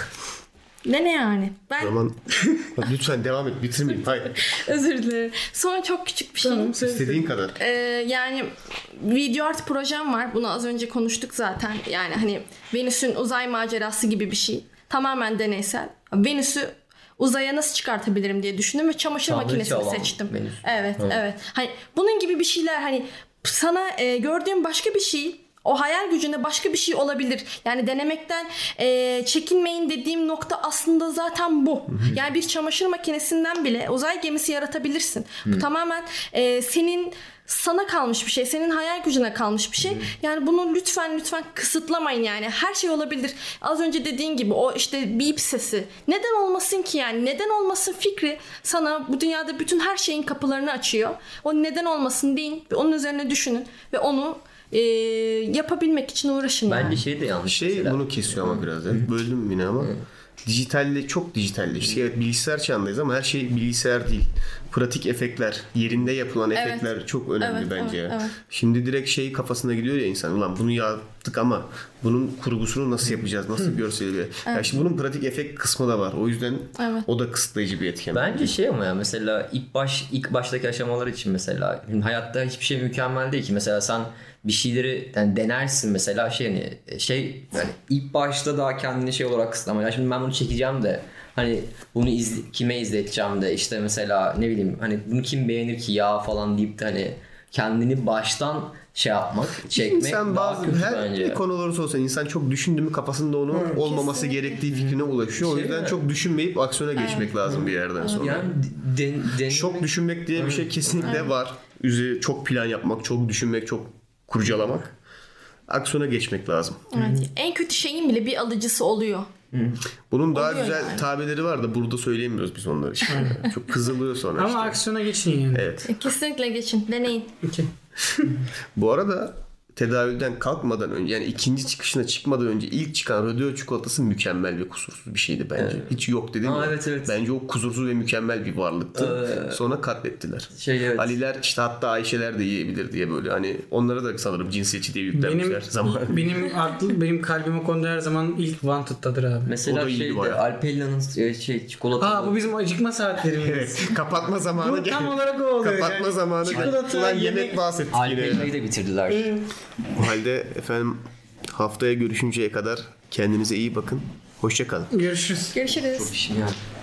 Ne yani? Zaman lütfen devam et. Bitirmeyeyim. Hayır. Özür dilerim. Sonra çok küçük bir şey. Tamam, İstediğin kadar. Yani video art projem var. Bunu az önce konuştuk zaten. Yani hani Venüs'ün uzay macerası gibi bir şey. Tamamen deneysel. Venüs'ü uzaya nasıl çıkartabilirim diye düşündüm ve çamaşır makinesini seçtim. Venüs. Evet. Hani bunun gibi bir şeyler hani sana gördüğüm başka bir şey o hayal gücünde başka bir şey olabilir. Yani denemekten çekinmeyin dediğim nokta aslında zaten bu. Yani bir çamaşır makinesinden bile uzay gemisi yaratabilirsin. Bu tamamen senin sana kalmış bir şey. Senin hayal gücüne kalmış bir şey. Yani bunu lütfen kısıtlamayın yani. Her şey olabilir. Az önce dediğin gibi o işte beep sesi. Neden olmasın ki yani? Neden olmasın fikri sana bu dünyada bütün her şeyin kapılarını açıyor. O neden olmasın deyin ve onun üzerine düşünün ve onu yapabilmek için uğraşın. Bence yani. şey de yanlış. Bunu kesiyor ama biraz da. Böldüm yine ama. Çok dijitalleşti. Evet bilgisayar çağındayız ama her şey bilgisayar değil. Pratik efektler, yerinde yapılan efektler çok önemli bence. Evet. Şimdi direkt şey kafasına gidiyor ya insan. Ulan bunu yaptık ama bunun kurgusunu nasıl yapacağız? Nasıl görseli? Yani şimdi bunun pratik efekt kısmı da var. O yüzden o da kısıtlayıcı bir etken. Bence şey ama ya mesela ilk baştaki aşamalar için mesela hayatta hiçbir şey mükemmel değil ki. Mesela sen bir şeyleri yani denersin mesela yani ilk başta daha kendini şey olarak kısıtlama. Ya şimdi ben bunu çekeceğim de hani bunu kime izleteceğim de işte mesela ne bileyim hani bunu kim beğenir ki ya falan deyip de hani kendini baştan çekmek İnsan daha kötü bence. Her konu olursa olsa insan çok düşündü mü kafasında onu olmaması gerektiği fikrine ulaşıyor. O yüzden çok düşünmeyip aksiyona geçmek lazım bir yerden sonra. Yani çok düşünmek diye bir şey kesinlikle var. Çok plan yapmak, çok düşünmek, çok kurcalamak. Aksiyona geçmek lazım. Evet. En kötü şeyin bile bir alıcısı oluyor. Bunun daha Oluyor güzel yani. tabirleri var da burada söyleyemiyoruz biz onları işte. Çok kızılıyor sonra Ama işte. aksiyona geçin yani. Evet. Kesinlikle geçin. Deneyin. İki. Bu arada tedavülden kalkmadan önce yani ikinci çıkışına çıkmadan önce ilk çıkan rodeo çikolatası mükemmel ve kusursuz bir şeydi bence. Hiç yok dedim ya. Evet. Bence o kusursuz ve mükemmel bir varlıktı. Sonra katlettiler. Evet. Aliler işte hatta Ayşeler de yiyebilir diye böyle hani onlara da sanırım cinsiyetçi diye yüklenmişler zaman. Benim kalbim o konuda her zaman ilk Wanted'dadır abi. Mesela Alpella'nın çikolata. Bu bizim acıkma saatlerimiz. Kapatma zamanı Bu tam olarak o oluyor. Kapatma yani. zamanı. Çikolata, Ulan yemek bahsettik yine. Alpella'yı da bitirdiler. O halde efendim haftaya görüşünceye kadar kendinize iyi bakın. Hoşça kalın. Görüşürüz. Görüşürüz. Çok işim ya.